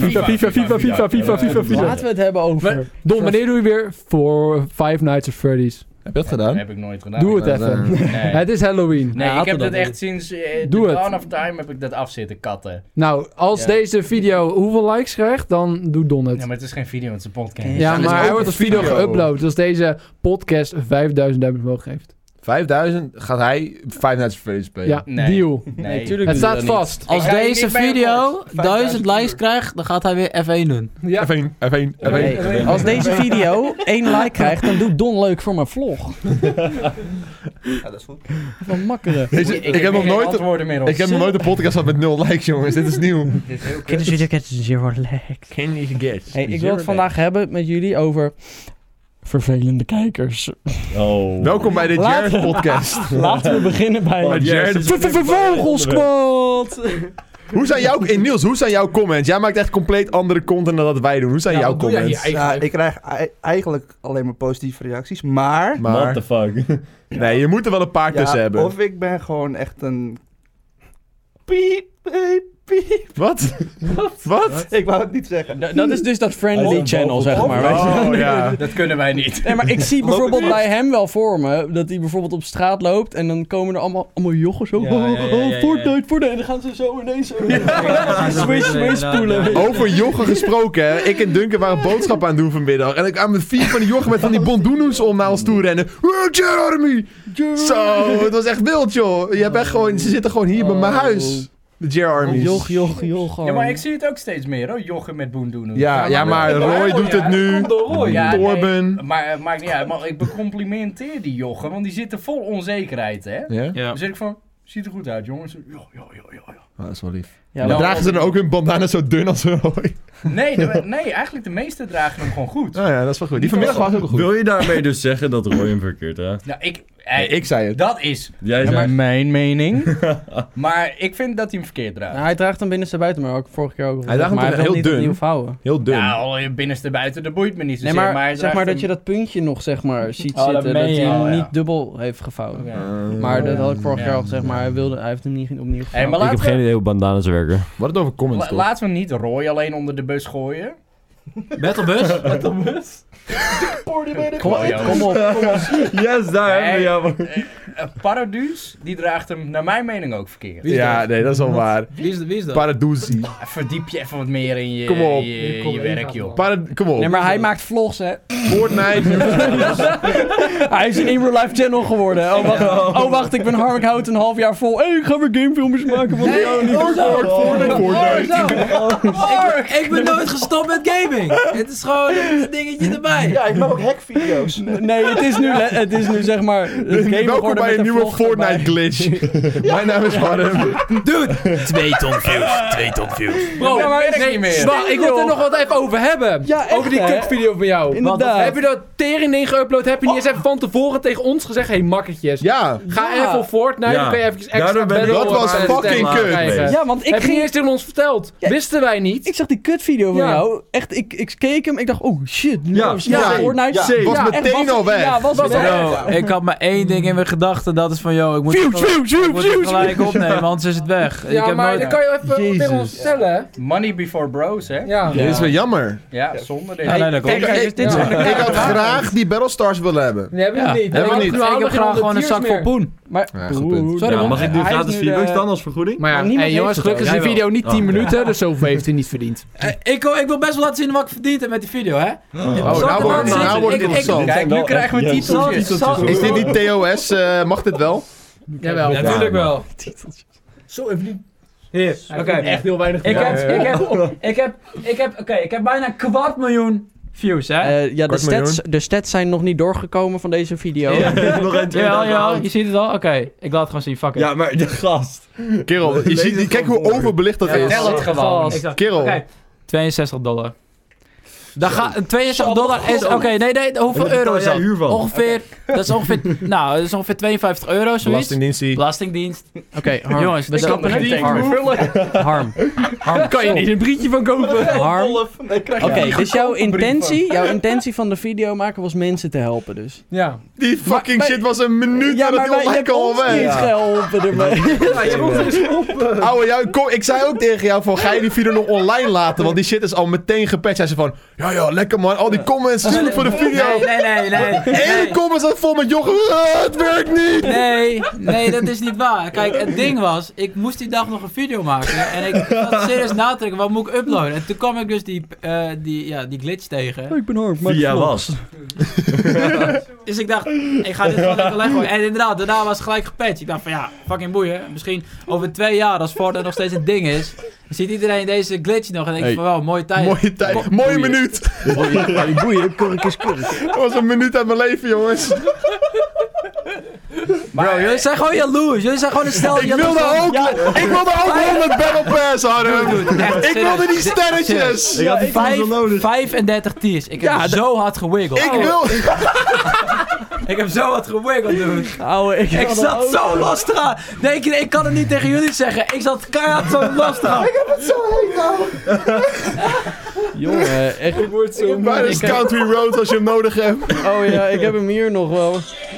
Speaker 9: FIFA.
Speaker 3: laten we het hebben over...
Speaker 9: Don, wanneer doe je weer voor Five Nights at Freddy's?
Speaker 5: Heb je dat
Speaker 2: Dat
Speaker 5: gedaan?
Speaker 2: heb ik nooit gedaan.
Speaker 9: Doe het even.
Speaker 2: Nee,
Speaker 9: Het is Halloween.
Speaker 2: nee
Speaker 3: Ja,
Speaker 2: ik heb
Speaker 3: dat
Speaker 2: dat echt
Speaker 3: niet.
Speaker 2: sinds
Speaker 9: Doe
Speaker 2: the
Speaker 9: het.
Speaker 2: dawn of time heb ik dat afzitten, katten.
Speaker 9: Nou, als
Speaker 2: Ja.
Speaker 9: deze video hoeveel likes krijgt, dan doet Don het.
Speaker 2: Ja, maar het is geen video, het is een podcast.
Speaker 9: Ja,
Speaker 5: het is
Speaker 9: maar
Speaker 5: ook
Speaker 9: hij wordt
Speaker 5: een
Speaker 9: als video
Speaker 5: video.
Speaker 9: geüpload. Als deze podcast 5000 duimen omhoog geeft.
Speaker 5: 5000 gaat hij Five Nights at Freddy's spelen.
Speaker 9: Ja,
Speaker 2: Nee.
Speaker 9: deal.
Speaker 2: Nee,
Speaker 3: tuurlijk
Speaker 9: Het
Speaker 3: doe je
Speaker 9: staat
Speaker 3: dat
Speaker 9: vast.
Speaker 6: Als
Speaker 2: Ik
Speaker 6: deze
Speaker 2: ben
Speaker 6: video
Speaker 2: kort.
Speaker 6: 1000 likes krijgt, dan gaat hij weer F1 doen.
Speaker 9: Ja.
Speaker 5: F1.
Speaker 3: Nee, als deze video 1 like krijgt, dan doet Don leuk voor mijn vlog.
Speaker 7: Ja, dat is goed.
Speaker 3: Van makkeren.
Speaker 5: Ik heb nog nooit...
Speaker 2: antwoorden meer op.
Speaker 5: Ik heb nog nooit een podcast gehad met 0 likes, jongens. Dit is nieuw.
Speaker 3: Zero likes. Hey, ik wil het vandaag hebben met jullie over vervelende kijkers.
Speaker 1: Oh.
Speaker 5: Welkom bij de Jared podcast.
Speaker 3: Laten we beginnen bij
Speaker 5: Jared.
Speaker 3: Vogelsquad.
Speaker 5: Niels, hoe zijn jouw comments? Jij maakt echt compleet andere content dan dat wij doen. Hoe zijn jouw comments?
Speaker 7: Ja, ik krijg eigenlijk alleen maar positieve reacties, maar...
Speaker 1: What the fuck?
Speaker 5: Nee, je moet er wel een paar tussen hebben.
Speaker 7: Of ik ben gewoon echt een... Piep, piep, piep.
Speaker 5: Wat? Wat?
Speaker 7: Ik wou het niet zeggen.
Speaker 3: Dat is dus dat friendly channel, zeg maar. weet je.
Speaker 5: Oh, ja.
Speaker 2: Dat kunnen wij niet.
Speaker 3: Nee, maar ik zie bijvoorbeeld bij hem wel voor me dat hij bijvoorbeeld op straat loopt en dan komen er allemaal jochen zo. Fortnite. En dan gaan ze zo ineens zo. Swish spoelen.
Speaker 5: Over jochen gesproken, hè. Ik en Duncan waren boodschappen aan het doen vanmiddag. En ik aan met 4 van die jochen met van die bondoenoes om naar ons toe rennen. Jeremy! Zo, het was echt wild, joh. Je hebt echt gewoon, ze zitten gewoon hier bij mijn huis. De Jer-armies.
Speaker 3: Joch.
Speaker 2: Ja, maar ik zie het ook steeds meer hoor, jochen met boendoenen.
Speaker 5: Ja, maar Roy doet het nu.
Speaker 2: Ja,
Speaker 5: Torben.
Speaker 2: nee, maar maakt niet uit. Maar ik becomplimenteer die jochen, want die zitten vol onzekerheid, hè.
Speaker 5: Ja?
Speaker 2: Dan zeg ik van, ziet er goed uit, jongens. Ja.
Speaker 5: Oh, dat is wel lief.
Speaker 3: Ja,
Speaker 5: Maar dragen ze dan ook hun bandana zo dun als Roy?
Speaker 2: Nee, eigenlijk de meeste dragen hem gewoon goed.
Speaker 5: Oh ja, dat is wel goed. Die vanmiddag was ook wel goed.
Speaker 1: Wil je daarmee dus zeggen dat Roy hem verkeerd draagt?
Speaker 2: Nou,
Speaker 5: Nee, ik zei het.
Speaker 2: dat is
Speaker 1: Jij zei...
Speaker 2: mijn mening. Maar ik vind dat hij hem verkeerd draagt.
Speaker 3: Nou, hij draagt hem binnenste buiten, maar ook vorige keer ook.
Speaker 5: Hij draagt
Speaker 3: maar
Speaker 5: hem
Speaker 3: hij wil
Speaker 5: heel
Speaker 3: niet
Speaker 5: dun.
Speaker 3: opnieuw vouwen.
Speaker 5: Heel dun.
Speaker 2: Ja, al je binnenste buiten, dat boeit me niet
Speaker 3: Nee,
Speaker 2: zozeer.
Speaker 3: maar
Speaker 2: hij
Speaker 3: zeg
Speaker 2: draagt
Speaker 3: maar dat
Speaker 2: hem-
Speaker 3: je dat puntje nog zeg maar ziet
Speaker 2: Oh, dat
Speaker 3: zitten, dat
Speaker 2: meen
Speaker 3: hij
Speaker 2: je.
Speaker 3: hem
Speaker 2: Oh, ja.
Speaker 3: niet dubbel heeft gevouwen.
Speaker 2: Oké.
Speaker 3: Maar dat had ik vorig
Speaker 2: Ja.
Speaker 3: jaar al gezegd, maar hij heeft hem niet opnieuw
Speaker 2: Hey,
Speaker 3: gevouwen.
Speaker 2: maar
Speaker 1: Ik heb
Speaker 2: laten
Speaker 1: geen idee hoe bandana's werken.
Speaker 5: Wat het over comments toch?
Speaker 2: Laten we niet Roy alleen onder de bus gooien.
Speaker 6: Battlebus?
Speaker 3: Kom op.
Speaker 7: Yes, daar hebben we jou.
Speaker 2: Paraduus, die draagt hem naar mijn mening ook verkeerd.
Speaker 5: Ja, nee, dat is wel waar.
Speaker 6: Wie is dat?
Speaker 5: Paradoozie.
Speaker 2: Verdiep je even wat meer in je,
Speaker 5: Kom op.
Speaker 2: je werk, joh.
Speaker 5: Kom op.
Speaker 3: Nee, maar hij maakt vlogs, hè.
Speaker 5: Fortnite.
Speaker 3: Hij is een in-real-life channel geworden. Oh, wacht, ik ben Harm, ik houd het een half jaar vol. Hey, ik ga weer gamefilmpjes maken van jou.
Speaker 6: Ik ben nooit gestopt met gaming. Het is gewoon een dingetje erbij.
Speaker 7: Ja, ik maak ook hackvideo's.
Speaker 3: Nee, het is nu zeg maar...
Speaker 5: Welkom bij een nieuwe Fortnite glitch. Mijn naam is Harm.
Speaker 6: Dude,
Speaker 4: 2 ton views.
Speaker 9: Bro,
Speaker 2: Ja, maar
Speaker 9: nee,
Speaker 2: niet meer.
Speaker 9: wacht, ik wil het er nog wat even over hebben.
Speaker 3: Ja, echt,
Speaker 9: over die
Speaker 3: hè?
Speaker 9: kutvideo van jou.
Speaker 3: Inderdaad.
Speaker 9: Heb je dat tering geüpload? Heb je niet eens even van tevoren tegen ons gezegd? Hey, makketjes.
Speaker 5: Ja,
Speaker 9: Ga
Speaker 3: Ja.
Speaker 9: even op Fortnite,
Speaker 7: Ja.
Speaker 9: dan kun je even extra
Speaker 7: Daardoor ben ik-
Speaker 9: battle
Speaker 5: dat was
Speaker 9: royale
Speaker 5: fucking
Speaker 9: stemmen
Speaker 5: kut.
Speaker 9: krijgen.
Speaker 3: Ja, want ik
Speaker 9: Heb je niet
Speaker 3: ging...
Speaker 9: eens tegen ons verteld?
Speaker 3: Ja.
Speaker 9: Wisten wij niet.
Speaker 3: Ik zag die kutvideo van
Speaker 9: Ja.
Speaker 3: jou. Echt, ik keek hem. Ik dacht, oh shit.
Speaker 7: Ja.
Speaker 3: Fortnite.
Speaker 7: Ja.
Speaker 5: was
Speaker 3: Ja,
Speaker 5: meteen
Speaker 3: echt,
Speaker 5: al weg.
Speaker 3: Ja, was
Speaker 9: Was
Speaker 3: weg.
Speaker 6: Bro, ik had maar één ding in mijn gedachten. Dat is van, yo, ik moet
Speaker 3: Views.
Speaker 6: het gelijk opnemen, anders is het weg. Ik
Speaker 9: Ja,
Speaker 6: heb
Speaker 9: maar
Speaker 6: nooit...
Speaker 9: dan kan je even
Speaker 5: Jezus.
Speaker 9: tegen ons vertellen, hè?
Speaker 2: Money before bros, hè?
Speaker 9: Ja.
Speaker 5: Dit is wel jammer.
Speaker 2: Ja, zonder dit.
Speaker 6: Ja, nee, dat klopt.
Speaker 3: Kijk, dit is
Speaker 9: Ja.
Speaker 3: gewoon de
Speaker 5: Ik had graag die Battlestars willen hebben.
Speaker 9: Nee, hebben we
Speaker 6: Ja,
Speaker 9: niet.
Speaker 5: hebben we niet.
Speaker 9: Nu
Speaker 6: Ik
Speaker 9: halen
Speaker 6: heb
Speaker 9: we
Speaker 6: graag
Speaker 9: geen
Speaker 6: gewoon een
Speaker 9: 100
Speaker 6: zak vol
Speaker 9: meer.
Speaker 6: poen.
Speaker 3: Maar,
Speaker 5: Ja, goed punt.
Speaker 9: Sorry,
Speaker 7: Ja,
Speaker 9: man.
Speaker 7: mag ik nu
Speaker 3: Hij is
Speaker 7: gratis
Speaker 3: nu de-
Speaker 7: V-Bucks dan als vergoeding?
Speaker 9: Maar ja,
Speaker 3: niemand
Speaker 9: hey, jongens,
Speaker 3: heeft het
Speaker 9: gelukkig is
Speaker 3: zo.
Speaker 9: die video niet 10 minuten, dus zoveel heeft hij niet verdiend.
Speaker 6: Ik wil best wel laten zien wat ik verdiend heb met die video, hè?
Speaker 5: Oh, nou wordt het interessant.
Speaker 2: Kijk, nu krijgen we titeltjes.
Speaker 5: Is dit die TOS? Mag dit wel?
Speaker 9: Jawel.
Speaker 6: Ja, natuurlijk wel.
Speaker 9: Zo even niet.
Speaker 6: Hier, oké.
Speaker 9: Echt heel weinig.
Speaker 6: Ik heb bijna 250.000 views, hè?
Speaker 3: ja, de stats zijn nog niet doorgekomen van deze video.
Speaker 6: Ja, je ziet het al? Oké, ik laat het gewoon zien, fuck it.
Speaker 7: Ja, maar de gast.
Speaker 5: Kerel, je ziet, kijk hoe overbelicht dat is.
Speaker 2: Tel het gewoon.
Speaker 5: Kerel.
Speaker 6: Oké, $62. Dan gaat $62 is... Oké, nee, hoeveel euro is dat? Ongeveer, dat is ongeveer €52, zoiets.
Speaker 5: Belastingdienst.
Speaker 6: Belastingdienst.
Speaker 3: Oké, Harm.
Speaker 6: Jongens,
Speaker 3: we snappen het.
Speaker 6: Harm.
Speaker 3: Harm.
Speaker 9: Kan je niet een brietje van kopen?
Speaker 3: Harm. Oké, dus jouw intentie van de video maken was mensen te helpen dus.
Speaker 9: Ja.
Speaker 5: Die fucking
Speaker 3: Maar-
Speaker 5: shit was een minuut
Speaker 3: Ja,
Speaker 5: en dat
Speaker 3: maar
Speaker 5: die
Speaker 3: je
Speaker 5: online
Speaker 3: hebt
Speaker 5: al
Speaker 3: ons
Speaker 5: weg.
Speaker 3: niet geholpen ermee.
Speaker 5: Ouwe, ik zei ook tegen jou van, ga je die video nog online laten? Want die shit is al meteen gepatcht. Hij zei van, ja, lekker man. Al die comments, dat is goed voor de video.
Speaker 6: Nee.
Speaker 5: Eén comment zat vol met jochen. Het werkt niet.
Speaker 6: Nee, dat is niet waar. Kijk, het ding was, ik moest die dag nog een video maken. En ik had serieus nadenken, wat moet ik uploaden? En toen kwam ik dus die glitch tegen.
Speaker 3: Ik ben Harm.
Speaker 7: Via was.
Speaker 6: Dus ik dacht, ik ga dit gewoon lekker leggen. En inderdaad, daarna was het gelijk gepatcht. Ik dacht van ja, fucking boeien. Misschien over 2 jaar, als Fortnite nog steeds een ding is, ziet iedereen deze glitch nog en denkt van wel, mooie tijd.
Speaker 5: Mooie tijd. Mooie minuut.
Speaker 3: Boeien, kurk is kurk.
Speaker 5: Dat was een minuut uit mijn leven, jongens.
Speaker 6: Bro, jullie zijn gewoon jaloers. Jullie zijn gewoon een stel
Speaker 5: Ik wilde ook 100 Battle Pass, Harm. Ik wilde die sterretjes.
Speaker 7: Ik had die views wel nodig.
Speaker 6: 35 tiers. Ik heb zo hard gewiggeld.
Speaker 5: Ik wil...
Speaker 6: Ik heb zo hard gewiggeld, dude.
Speaker 3: Ouwe,
Speaker 6: Ik zat zo los te gaan. Nee, ik kan het niet tegen jullie zeggen. Ik zat keihard zo los te gaan.
Speaker 3: Jongen, echt. Ik word zo
Speaker 5: Bij de Country Road als je hem nodig hebt.
Speaker 3: Oh ja, ik heb hem hier nog wel.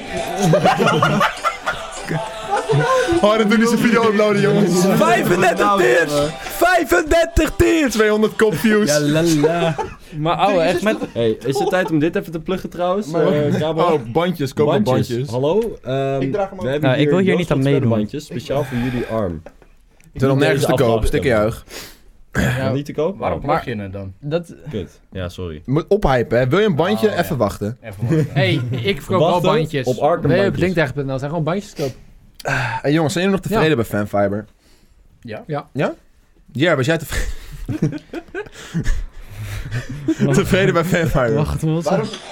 Speaker 5: Harm, doe niet zijn video uploaden, jongens.
Speaker 6: 35 tiers. 35 tiers.
Speaker 5: 200 kop views.
Speaker 3: Maar ouwe, echt met...
Speaker 7: Hey, is het tijd om dit even te pluggen trouwens?
Speaker 5: Oh, bandjes. Koop maar bandjes.
Speaker 7: Hallo?
Speaker 5: Ik draag hem ook.
Speaker 7: We hebben
Speaker 3: Nou, ik wil hier
Speaker 7: Joost
Speaker 3: niet aan
Speaker 7: met
Speaker 3: meedoen.
Speaker 7: bandjes, speciaal voor jullie arm.
Speaker 5: Er zijn nog nergens te koop. Stik in je huig.
Speaker 7: Niet te koop?
Speaker 2: Waarom
Speaker 7: Oh,
Speaker 2: plug je het dan?
Speaker 3: Dat...
Speaker 7: kut. Ja, sorry.
Speaker 5: Moet ophypen, hè. Wil je een bandje?
Speaker 2: Oh, ja.
Speaker 5: Even wachten.
Speaker 2: Even wachten.
Speaker 9: Hey, ik verkoop wel
Speaker 7: Wachten
Speaker 9: bandjes.
Speaker 7: op Arkham
Speaker 9: Nee, op
Speaker 7: bandjes.
Speaker 9: Linktech.nl zijn gewoon bandjes te kopen.
Speaker 5: Hey jongens, zijn jullie nog tevreden bij Fanfiber?
Speaker 2: Ja.
Speaker 5: Ja, was jij tevreden? Tevreden bij Fanfiber?
Speaker 3: Wacht, wat?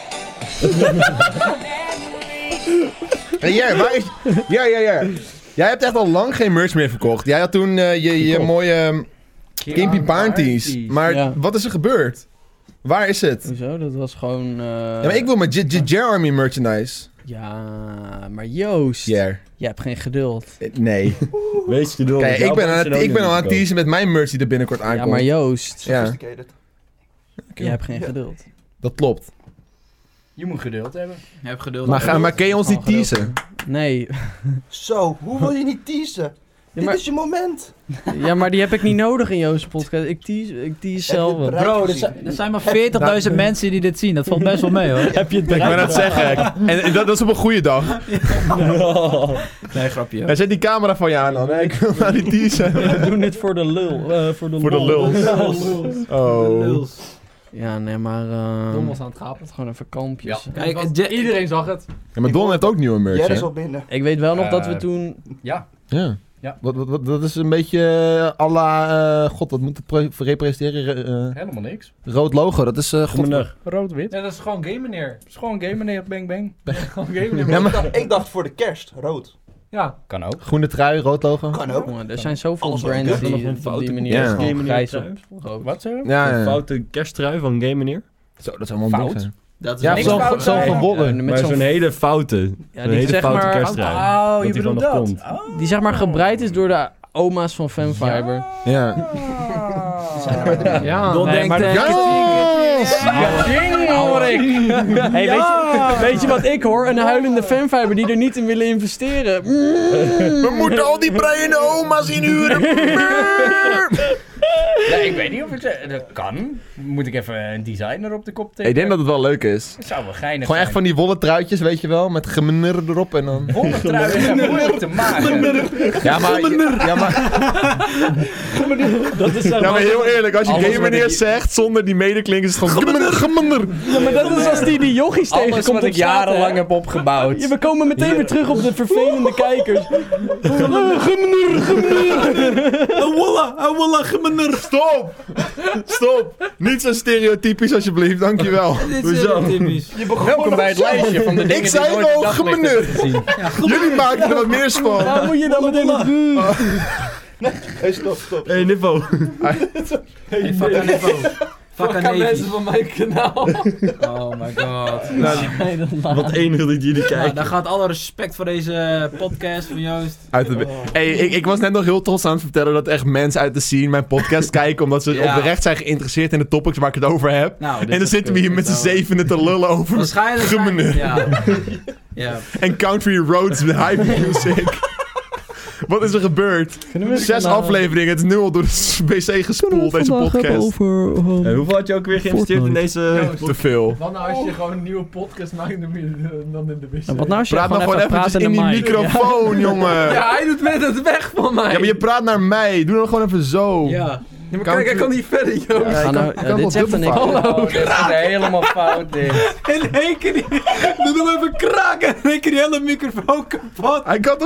Speaker 5: Hey, Jer, waar is... Ja. Jij hebt echt al lang geen merch meer verkocht. Jij had toen je mooie Kimpy Paarnties. Maar
Speaker 3: Ja.
Speaker 5: wat is er gebeurd? Waar is het?
Speaker 3: Hoezo? Dat was gewoon...
Speaker 5: Ja, maar ik wil mijn Jer Army merchandise.
Speaker 3: Ja, maar Joost,
Speaker 5: Jer.
Speaker 3: je hebt geen geduld.
Speaker 5: Nee.
Speaker 7: Wees geduldig.
Speaker 5: Kijk, ik ben al aan het teasen met mijn merch die er binnenkort aankomt.
Speaker 3: Ja, maar Joost,
Speaker 5: Ja,
Speaker 7: Sophisticated.
Speaker 3: je hebt geen geduld.
Speaker 5: dat klopt.
Speaker 2: Je moet geduld hebben.
Speaker 6: Je hebt geduld.
Speaker 5: Maar kun je ons niet
Speaker 3: Gewoon geduld
Speaker 5: teasen?
Speaker 3: Nee.
Speaker 7: Zo, hoe wil je niet teasen?
Speaker 3: Ja, maar,
Speaker 7: Dit is je moment.
Speaker 3: ja, maar die heb ik niet nodig in Joost's podcast. Ik tease zelf wel.
Speaker 6: Bro, er zijn maar 40.000 mensen die dit zien. Dat valt best wel mee, hoor.
Speaker 3: Heb je het
Speaker 5: Ik wou net zeggen. En dat is op een goede dag.
Speaker 6: Nee, grapje.
Speaker 5: Hij zet die camera van je aan dan. Ik wil naar die teaser.
Speaker 3: We doen dit voor de lul. Voor de
Speaker 5: lul. Oh.
Speaker 3: Ja, nee, maar...
Speaker 9: Don was aan het gapen.
Speaker 3: gewoon even kampjes.
Speaker 9: Ja.
Speaker 6: Kijk,
Speaker 9: Iedereen zag het.
Speaker 5: Ja, maar Don heeft ook nieuwe merch,
Speaker 7: Jij is
Speaker 5: hè?
Speaker 7: al binnen.
Speaker 3: Ik weet wel nog dat we toen...
Speaker 1: Ja.
Speaker 5: Ja.
Speaker 1: Ja.
Speaker 5: Wat, dat is een beetje à la... God, wat moet het representeren?
Speaker 1: Helemaal niks.
Speaker 5: Rood logo, dat is...
Speaker 9: Rood-wit.
Speaker 1: Ja, dat is gewoon game meneer. Dat is gewoon game meneer, bang bang. Gewoon game meneer.
Speaker 5: Ja, maar
Speaker 7: Ik dacht voor de kerst, rood.
Speaker 9: Ja.
Speaker 1: Kan ook.
Speaker 5: groene trui, rood logo.
Speaker 7: Kan ook.
Speaker 3: Jongen, er zijn zoveel
Speaker 7: Alles
Speaker 3: brands
Speaker 7: wat
Speaker 3: die
Speaker 10: nog een
Speaker 3: op
Speaker 10: foute
Speaker 3: die manier...
Speaker 5: Ja.
Speaker 3: gewoon grijs op.
Speaker 1: Wat zo?
Speaker 5: Ja,
Speaker 10: Een
Speaker 5: ja.
Speaker 10: foute kersttrui van Game Meneer.
Speaker 5: Zo, dat is allemaal
Speaker 1: Fout?
Speaker 5: dik zijn.
Speaker 6: Dat is
Speaker 5: Ja,
Speaker 6: wel-
Speaker 5: zo'n
Speaker 3: Ja,
Speaker 5: gewonnen.
Speaker 3: met
Speaker 10: Maar zo'n hele foute.
Speaker 3: Ja,
Speaker 10: Een
Speaker 3: die
Speaker 10: hele
Speaker 3: zeg
Speaker 10: foute
Speaker 3: maar...
Speaker 10: kersttrui.
Speaker 1: Oh,
Speaker 10: Dat
Speaker 1: je
Speaker 10: die
Speaker 1: bedoelt
Speaker 10: gewoon nog
Speaker 1: dat?
Speaker 10: komt.
Speaker 1: Oh.
Speaker 3: Die zeg maar gebreid is door de oma's van Fanfiber.
Speaker 5: Ja.
Speaker 9: Ja.
Speaker 6: Don denkt...
Speaker 3: maar dat- Hey, weet je wat ik hoor? Een huilende Fanfiber die er niet in willen investeren.
Speaker 5: We moeten al die bruine oma's inhuren.
Speaker 1: Ja, ik weet niet of ik... Dat kan. Moet ik even een designer op de kop tekenen?
Speaker 5: Ik denk dat het wel leuk is.
Speaker 1: Het zou wel geinig
Speaker 5: Gewoon echt van die wollen truitjes, weet je wel? Met gemener erop en dan...
Speaker 1: Wollen truien zijn moeilijk te maken.
Speaker 5: Ja, maar... Ja, maar,
Speaker 3: Dat is zeg
Speaker 5: ja, maar heel eerlijk, als je
Speaker 1: Alles
Speaker 5: game
Speaker 1: wat
Speaker 5: meneer
Speaker 1: ik-
Speaker 5: zegt zonder die medeklinken is het gewoon... Gemener.
Speaker 3: Ja, maar dat is als die jochies
Speaker 1: Alles
Speaker 3: tegenkomt
Speaker 1: wat
Speaker 3: op
Speaker 1: ik
Speaker 3: straat, hè?
Speaker 1: jarenlang heb opgebouwd.
Speaker 3: Ja, we komen meteen weer terug op de vervelende kijkers.
Speaker 5: Stop! Stop! Niet zo stereotypisch alsjeblieft, dankjewel.
Speaker 6: Dit is heel typisch.
Speaker 1: Welkom bij het lijstje van de dingen
Speaker 5: Ik zei
Speaker 1: die nooit
Speaker 5: wel
Speaker 1: het daglicht
Speaker 5: gemener.
Speaker 1: hebben gezien.
Speaker 5: Jullie maken er wat meer van.
Speaker 3: Waar moet je dan meteen op...
Speaker 7: Hey, stop.
Speaker 10: Hey, Nippo.
Speaker 6: Hey, fuck aan Nippo. Fuck aan
Speaker 9: Mensen
Speaker 6: Neefjes.
Speaker 9: van mijn kanaal.
Speaker 6: Oh my god.
Speaker 10: Wat enig dat ik jullie
Speaker 6: Nou,
Speaker 10: kijk.
Speaker 6: dan gaat alle respect voor deze podcast van Joost.
Speaker 5: Hey, ik was net nog heel trots aan het vertellen dat echt mensen uit de scene mijn podcast kijken. Omdat ze
Speaker 6: Ja.
Speaker 5: oprecht zijn geïnteresseerd in de topics waar ik het over heb.
Speaker 6: Nou, dit
Speaker 5: En dan
Speaker 6: is
Speaker 5: zitten we hier met z'n
Speaker 6: nou,
Speaker 5: zevenen te lullen over
Speaker 6: Waarschijnlijk
Speaker 5: gemener.
Speaker 6: Ja. Ja.
Speaker 5: En Country Roads hype music. Wat is er gebeurd? 6 afleveringen, het is nu al door de wc gespoeld, deze podcast.
Speaker 10: En hoeveel had je ook weer geïnvesteerd in deze...
Speaker 5: Te veel.
Speaker 9: Wat nou als je gewoon een nieuwe podcast maakt dan in de wc?
Speaker 3: Wat nou als je
Speaker 5: Praat nou gewoon eventjes in die microfoon, jongen.
Speaker 9: Ja, hij doet met het weg van mij.
Speaker 5: Ja, maar je praat naar mij. Doe dan gewoon even zo.
Speaker 6: Ja.
Speaker 9: Ja, maar kijk, hij kan niet verder, joh.
Speaker 5: Ja, ik kan- ik kan
Speaker 3: dit
Speaker 5: wel
Speaker 3: zegt er niks.
Speaker 5: dubbelfout.
Speaker 3: Hallo.
Speaker 1: Dit is helemaal fout, dit.
Speaker 6: In één keer die... Doe hem even kraken. In één keer die hele microfoon kapot.
Speaker 5: Hij kan toch...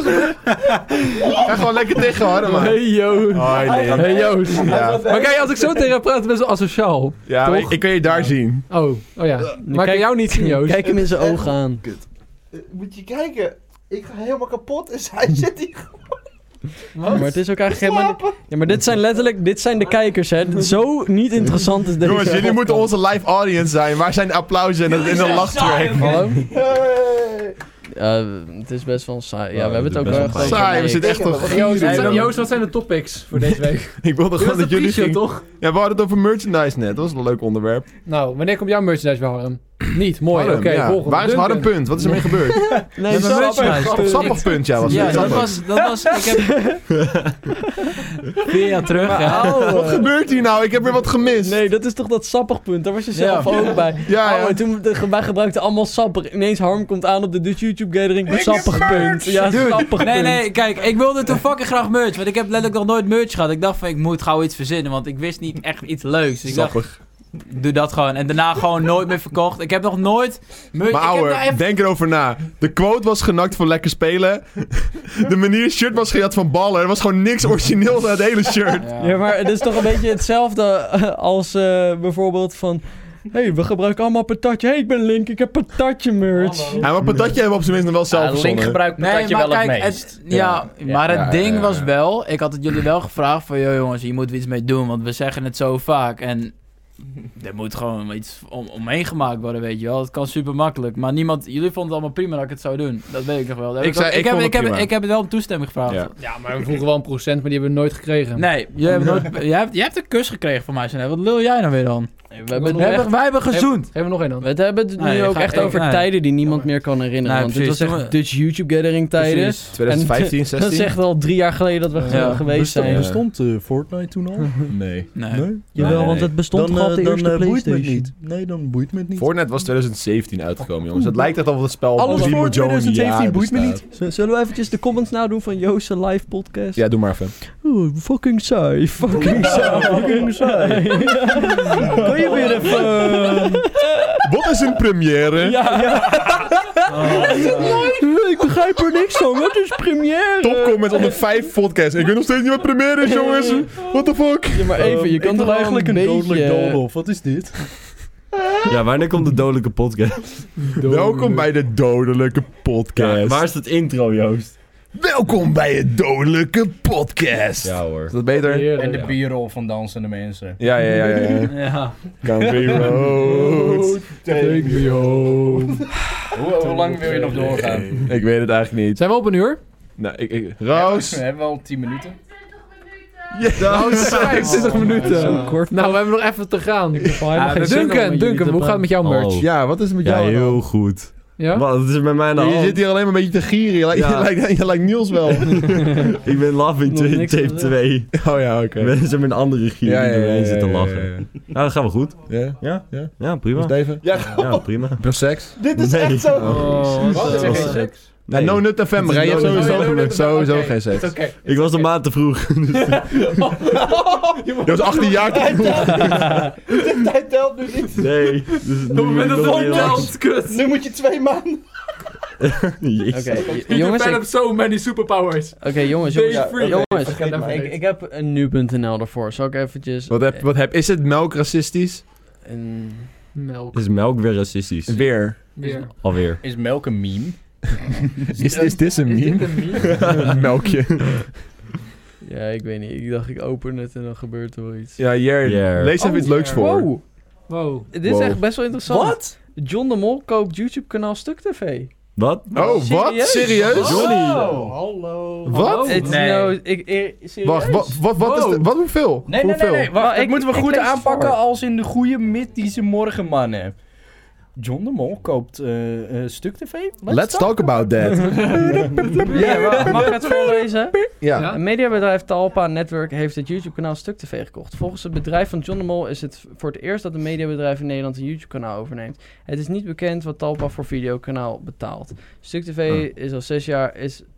Speaker 5: Ga gewoon lekker tegen Harman.
Speaker 9: Hey, Joost.
Speaker 5: Hoi, Lin.
Speaker 9: Hey, Joost.
Speaker 5: Ja,
Speaker 9: Maar kijk, als ik zo tegen hem praat, is best wel asociaal.
Speaker 5: ja maar
Speaker 9: Toch?
Speaker 5: ik kan je daar zien.
Speaker 9: Oh ja. Maar ik kan jou niet zien, Joost.
Speaker 3: Kijk hem in zijn ogen aan.
Speaker 7: Moet je kijken. Ik ga helemaal kapot en zij zit hier
Speaker 3: Maar het is ook eigenlijk helemaal... Ja, maar dit zijn de kijkers, hè. Zo niet interessant is deze
Speaker 5: Jongens, jullie
Speaker 3: podcast.
Speaker 5: moeten onze live audience zijn. Waar zijn de applausen en de lachtrack?
Speaker 3: Hallo?
Speaker 7: Hey.
Speaker 3: Het is best wel saai. Ja, we
Speaker 10: Oh,
Speaker 3: hebben het ook
Speaker 10: best wel
Speaker 3: wel gewoon...
Speaker 5: Saai, we zitten echt
Speaker 7: Ik heb
Speaker 5: toch...
Speaker 7: wel
Speaker 9: Joost,
Speaker 6: Nee, dan-
Speaker 9: Joost, wat zijn de topics voor deze week?
Speaker 5: Ik wilde
Speaker 9: Dit
Speaker 5: gewoon
Speaker 9: was
Speaker 5: dat
Speaker 9: de
Speaker 5: jullie
Speaker 9: pre-show,
Speaker 5: gingen...
Speaker 9: toch?
Speaker 5: Ja, we hadden het over merchandise net. Dat was een leuk onderwerp.
Speaker 9: Nou, wanneer komt jouw merchandise weer, Harm? Niet, mooi,
Speaker 5: Harm,
Speaker 9: oké,
Speaker 5: ja.
Speaker 9: volgende.
Speaker 5: Waar is
Speaker 9: Duncan.
Speaker 5: Harm punt? Wat is ermee gebeurd?
Speaker 3: Nee,
Speaker 6: Met mijn merchandise.
Speaker 5: Sappig punt, ja. Was
Speaker 6: Ja,
Speaker 5: het.
Speaker 6: dat
Speaker 5: Sappig.
Speaker 6: was... Ik heb... 4 jaar terug, ja.
Speaker 5: Wat gebeurt hier nou? Ik heb weer wat gemist.
Speaker 3: Nee, dat is toch dat sappig punt. Daar was je zelf
Speaker 6: Ja.
Speaker 3: ook bij.
Speaker 5: Ja,
Speaker 3: Oh,
Speaker 5: ja.
Speaker 3: en toen, wij gebruikten allemaal sappig. Ineens Harm komt aan op de Dutch YouTube Gathering. Sappig punt. Ja, sappig
Speaker 6: Nee,
Speaker 3: punt.
Speaker 6: nee, kijk, ik wilde toen fucking graag merch. Want ik heb letterlijk nog nooit merch gehad. Ik dacht van, ik moet gauw iets verzinnen. Want ik wist niet echt iets leuks. Dus ik dacht,
Speaker 5: Sappig.
Speaker 6: doe dat gewoon. En daarna gewoon nooit meer verkocht. Ik heb nog nooit merch...
Speaker 5: Maar
Speaker 6: ik heb
Speaker 5: ouwe,
Speaker 6: daar even-
Speaker 5: denk erover na. De quote was genakt voor lekker spelen. De manier shirt was gejat van ballen. Er was gewoon niks origineels aan het hele shirt.
Speaker 3: Ja, maar het is toch een beetje hetzelfde als bijvoorbeeld van... Hey, we gebruiken allemaal patatje. Hey, ik ben Link, ik heb patatje merch.
Speaker 5: Ja, maar patatje hebben we op zijn minst nog wel zelf
Speaker 1: Ja, Link
Speaker 5: verzonnen.
Speaker 1: gebruikt
Speaker 6: Nee,
Speaker 1: patatje
Speaker 6: maar
Speaker 1: wel het
Speaker 6: kijk,
Speaker 1: meest.
Speaker 6: maar het
Speaker 5: Ja,
Speaker 6: ding
Speaker 5: ja,
Speaker 6: was
Speaker 5: ja.
Speaker 6: wel... Ik had het jullie wel gevraagd van... Yo jongens, hier moeten we iets mee doen. Want we zeggen het zo vaak. En er moet gewoon iets omheen gemaakt worden, weet je wel. Het kan super makkelijk. Maar niemand... Jullie vonden het allemaal prima dat ik het zou doen. Dat weet ik nog wel.
Speaker 5: Ik vond het prima.
Speaker 6: Ik heb het wel om toestemming gevraagd.
Speaker 5: Ja.
Speaker 9: Ja, maar we vroegen wel een procent, maar die hebben we nooit gekregen.
Speaker 6: Nee, jij hebt een kus gekregen van mij. Zo net. Wat lul jij nou weer dan? Wij hebben gezoend.
Speaker 9: Geef me nog één dan.
Speaker 3: We hebben het nu ook echt over tijden die niemand meer kan herinneren. Want dit was echt Dutch YouTube Gathering tijden.
Speaker 5: 2015, 16?
Speaker 3: Dat is echt wel 3 jaar geleden dat we geweest zijn.
Speaker 11: Bestond Fortnite toen al?
Speaker 5: Nee.
Speaker 3: Jawel, want het bestond gewoon op de eerste
Speaker 11: boeit me
Speaker 3: PlayStation.
Speaker 11: niet. Nee, dan boeit me het niet.
Speaker 5: Fortnite was 2017 uitgekomen, jongens. Het lijkt echt alsof het spel
Speaker 3: Alles
Speaker 5: op
Speaker 3: voor 2017 boeit me
Speaker 5: bestaat.
Speaker 3: niet. Zullen we eventjes de comments nadoen van Joost's live podcast?
Speaker 5: Ja, doe maar even.
Speaker 3: Oeh, fucking saai. Fucking saai. Kan je weer even...
Speaker 5: Wat is een première?
Speaker 3: Ik begrijp er niks van. Wat is première?
Speaker 5: Topcomment onder 5 podcasts. Ik weet nog steeds niet wat première is, jongens. What the fuck?
Speaker 3: Ja, maar even, je kan toch eigenlijk een beetje...
Speaker 11: doolhof. Wat is dit?
Speaker 10: Ja, wanneer komt de dodelijke podcast?
Speaker 5: Welkom bij de Dodelijke Podcast.
Speaker 10: Ja, waar is het intro, Joost?
Speaker 5: Welkom bij het Dodelijke Podcast.
Speaker 10: Ja hoor.
Speaker 5: Is dat beter?
Speaker 2: En de b-roll van dansende mensen.
Speaker 5: Ja.
Speaker 6: Ja.
Speaker 5: Country Road, take me home.
Speaker 2: Hoe lang wil je nog doorgaan?
Speaker 5: Ik weet het eigenlijk niet.
Speaker 9: Zijn we op een uur?
Speaker 5: Nou, Roos.
Speaker 2: We hebben al 10 minuten.
Speaker 5: Ja,
Speaker 9: 25 minuten.
Speaker 3: Zo kort.
Speaker 9: Nou, we hebben nog even te gaan.
Speaker 3: Duncan,
Speaker 9: hoe gaat het met jouw merch?
Speaker 5: Ja, wat is het met
Speaker 10: Ja,
Speaker 5: jou?
Speaker 10: heel goed.
Speaker 9: Ja?
Speaker 10: Wat is er met mij aan de
Speaker 5: Je
Speaker 10: hand?
Speaker 5: zit hier alleen maar een beetje te gieren. Je lijkt Niels wel.
Speaker 10: Ik ben Laughing
Speaker 3: Nog niks
Speaker 10: Tape
Speaker 3: van
Speaker 10: 2.
Speaker 5: Oh ja, oké.
Speaker 10: Ik ben met een andere gier die doorheen zit te lachen.
Speaker 5: Ja.
Speaker 10: Nou, dat gaat wel goed.
Speaker 5: Ja?
Speaker 10: Ja, prima.
Speaker 5: Steven?
Speaker 10: Ja, prima.
Speaker 5: Heb je seks?
Speaker 7: Dit is echt zo...
Speaker 9: Wat is er geen seks?
Speaker 5: Nee. No Nut FM, Rij. Je hebt sowieso geen seks.
Speaker 10: Ik was een maand te vroeg.
Speaker 5: Je was 18 jaar te vroeg.
Speaker 7: De tijd telt nu niet.
Speaker 10: Nee. Dus nu
Speaker 9: Met een
Speaker 10: nog niet
Speaker 9: telt, kut.
Speaker 7: Nu moet je 2 maanden.
Speaker 10: Jezus.
Speaker 3: Oké,
Speaker 9: You
Speaker 3: jongens,
Speaker 9: develop so many superpowers.
Speaker 3: jongens.
Speaker 9: Free.
Speaker 3: Ik heb een nu.nl ervoor. Zal ik eventjes...
Speaker 5: Wat heb is het melk racistisch?
Speaker 9: Melk.
Speaker 10: Is melk weer racistisch?
Speaker 5: Weer.
Speaker 9: Weer.
Speaker 10: Alweer.
Speaker 2: Is melk een meme?
Speaker 5: Is dit een meme? Een melkje.
Speaker 3: Ja, ik weet niet. Ik dacht ik open het en dan gebeurt er wel iets.
Speaker 5: Ja, Jer. Lees even iets leuks voor.
Speaker 3: Wow. Dit is echt best wel interessant.
Speaker 2: Wat?
Speaker 3: John de Mol koopt YouTube-kanaal Stuk TV.
Speaker 10: Wat?
Speaker 5: Oh, wat? Serieus?
Speaker 10: Johnny.
Speaker 7: Hallo.
Speaker 5: Wat?
Speaker 3: Serieus?
Speaker 5: Wacht, wat hoeveel?
Speaker 2: Nee. Wacht, dat moeten we goed aanpakken als in de goede mythische morgenmannen. John de Mol koopt Stuk TV?
Speaker 5: Let's talk about that.
Speaker 3: Ja, mag ik het voorlezen?
Speaker 5: Ja.
Speaker 3: Een mediabedrijf Talpa Network heeft het YouTube-kanaal Stuk TV gekocht. Volgens het bedrijf van John de Mol is het voor het eerst dat een mediabedrijf in Nederland een YouTube-kanaal overneemt. Het is niet bekend wat Talpa voor videokanaal betaalt. Stuk TV is al 6 jaar...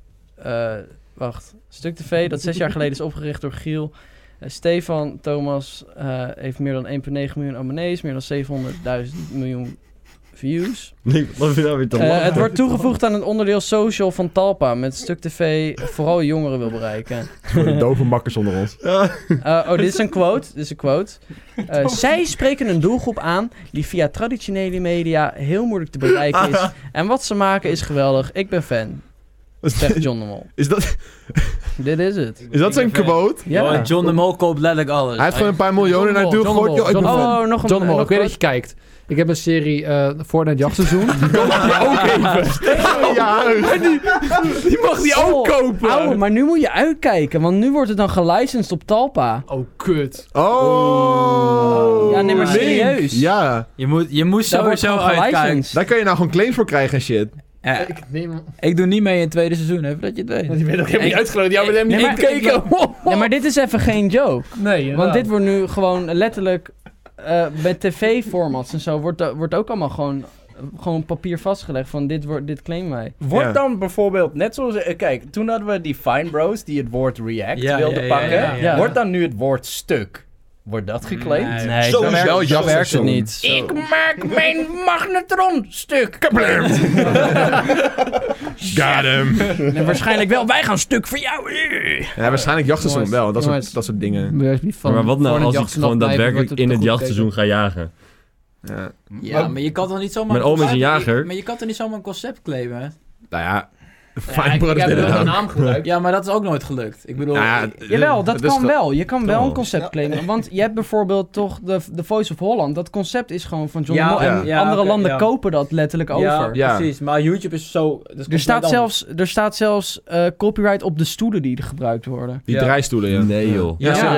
Speaker 3: Stuk TV dat 6 jaar geleden is opgericht door Giel. Stefan Thomas heeft meer dan 1,9 miljoen abonnees, meer dan 700.000 miljoen views.
Speaker 10: Nee, wat vind je nou weer te lachen?
Speaker 3: Het wordt toegevoegd aan het onderdeel social van Talpa, met Stuk TV vooral jongeren wil bereiken.
Speaker 5: Voor de dove makkers onder ons.
Speaker 3: Dit is een quote. Zij spreken een doelgroep aan die via traditionele media heel moeilijk te bereiken is. En wat ze maken is geweldig. Ik ben fan. Zegt John de Mol.
Speaker 5: Is dat...
Speaker 3: Dit is het.
Speaker 5: Is dat zijn quote?
Speaker 3: Ja.
Speaker 6: John de Mol koopt letterlijk alles.
Speaker 5: Hij heeft gewoon een paar miljoen en hij doet gewoon...
Speaker 3: John de Mol,
Speaker 9: ik weet dat je kijkt. Ik heb een serie Fortnite jachtseizoen.
Speaker 3: ook even.
Speaker 5: Ja,
Speaker 9: Die mag die ook kopen.
Speaker 3: Ouwe, maar nu moet je uitkijken, want nu wordt het dan gelicensed op Talpa.
Speaker 9: Oh, kut.
Speaker 5: Oh.
Speaker 3: Ja, nee, maar serieus.
Speaker 5: Ja.
Speaker 6: Je moet sowieso uitkijken.
Speaker 5: Daar kan je nou gewoon claims voor krijgen en shit.
Speaker 6: Ik doe niet mee in het tweede seizoen, even dat je het weet.
Speaker 9: Want je bent nog helemaal niet uitgeloten. Die hebben hem niet gekeken.
Speaker 3: Ja, maar dit is even geen joke.
Speaker 9: Nee,
Speaker 3: want dit wordt nu gewoon letterlijk... bij tv-formats en zo wordt ook allemaal gewoon papier vastgelegd van dit claimen wij.
Speaker 2: Wordt dan bijvoorbeeld, net zoals... kijk, toen hadden we die Fine Bros die het woord react wilden pakken.
Speaker 3: Ja.
Speaker 2: Wordt dan nu het woord stuk? Wordt dat geclaimd?
Speaker 3: Nee, zo werkt het niet.
Speaker 2: Ik maak mijn magnetron stuk.
Speaker 5: Got him.
Speaker 3: En waarschijnlijk wel, wij gaan stuk voor jou.
Speaker 5: Ja, waarschijnlijk jachtseizoen wel. Dat soort dingen.
Speaker 10: Maar wat nou als ik gewoon daadwerkelijk in het jachtseizoen ga jagen?
Speaker 6: Ja, maar je kan toch niet zomaar...
Speaker 10: Mijn oom is een jager.
Speaker 6: Maar je kan toch niet zomaar een concept claimen?
Speaker 5: Nou ja...
Speaker 9: Ik heb een naam gebruikt.
Speaker 6: Ja, maar dat is ook nooit gelukt. Ik bedoel...
Speaker 3: Jawel, dat kan wel. Je kan wel een concept claimen. Want je hebt bijvoorbeeld toch de Voice of Holland. Dat concept is gewoon van John de Mol. En andere landen kopen dat letterlijk over.
Speaker 6: Ja, precies. Maar YouTube is zo...
Speaker 3: Er staat zelfs copyright op de stoelen die er gebruikt worden.
Speaker 5: Die draaistoelen, ja.
Speaker 10: Nee, joh.
Speaker 5: Ja, serieus.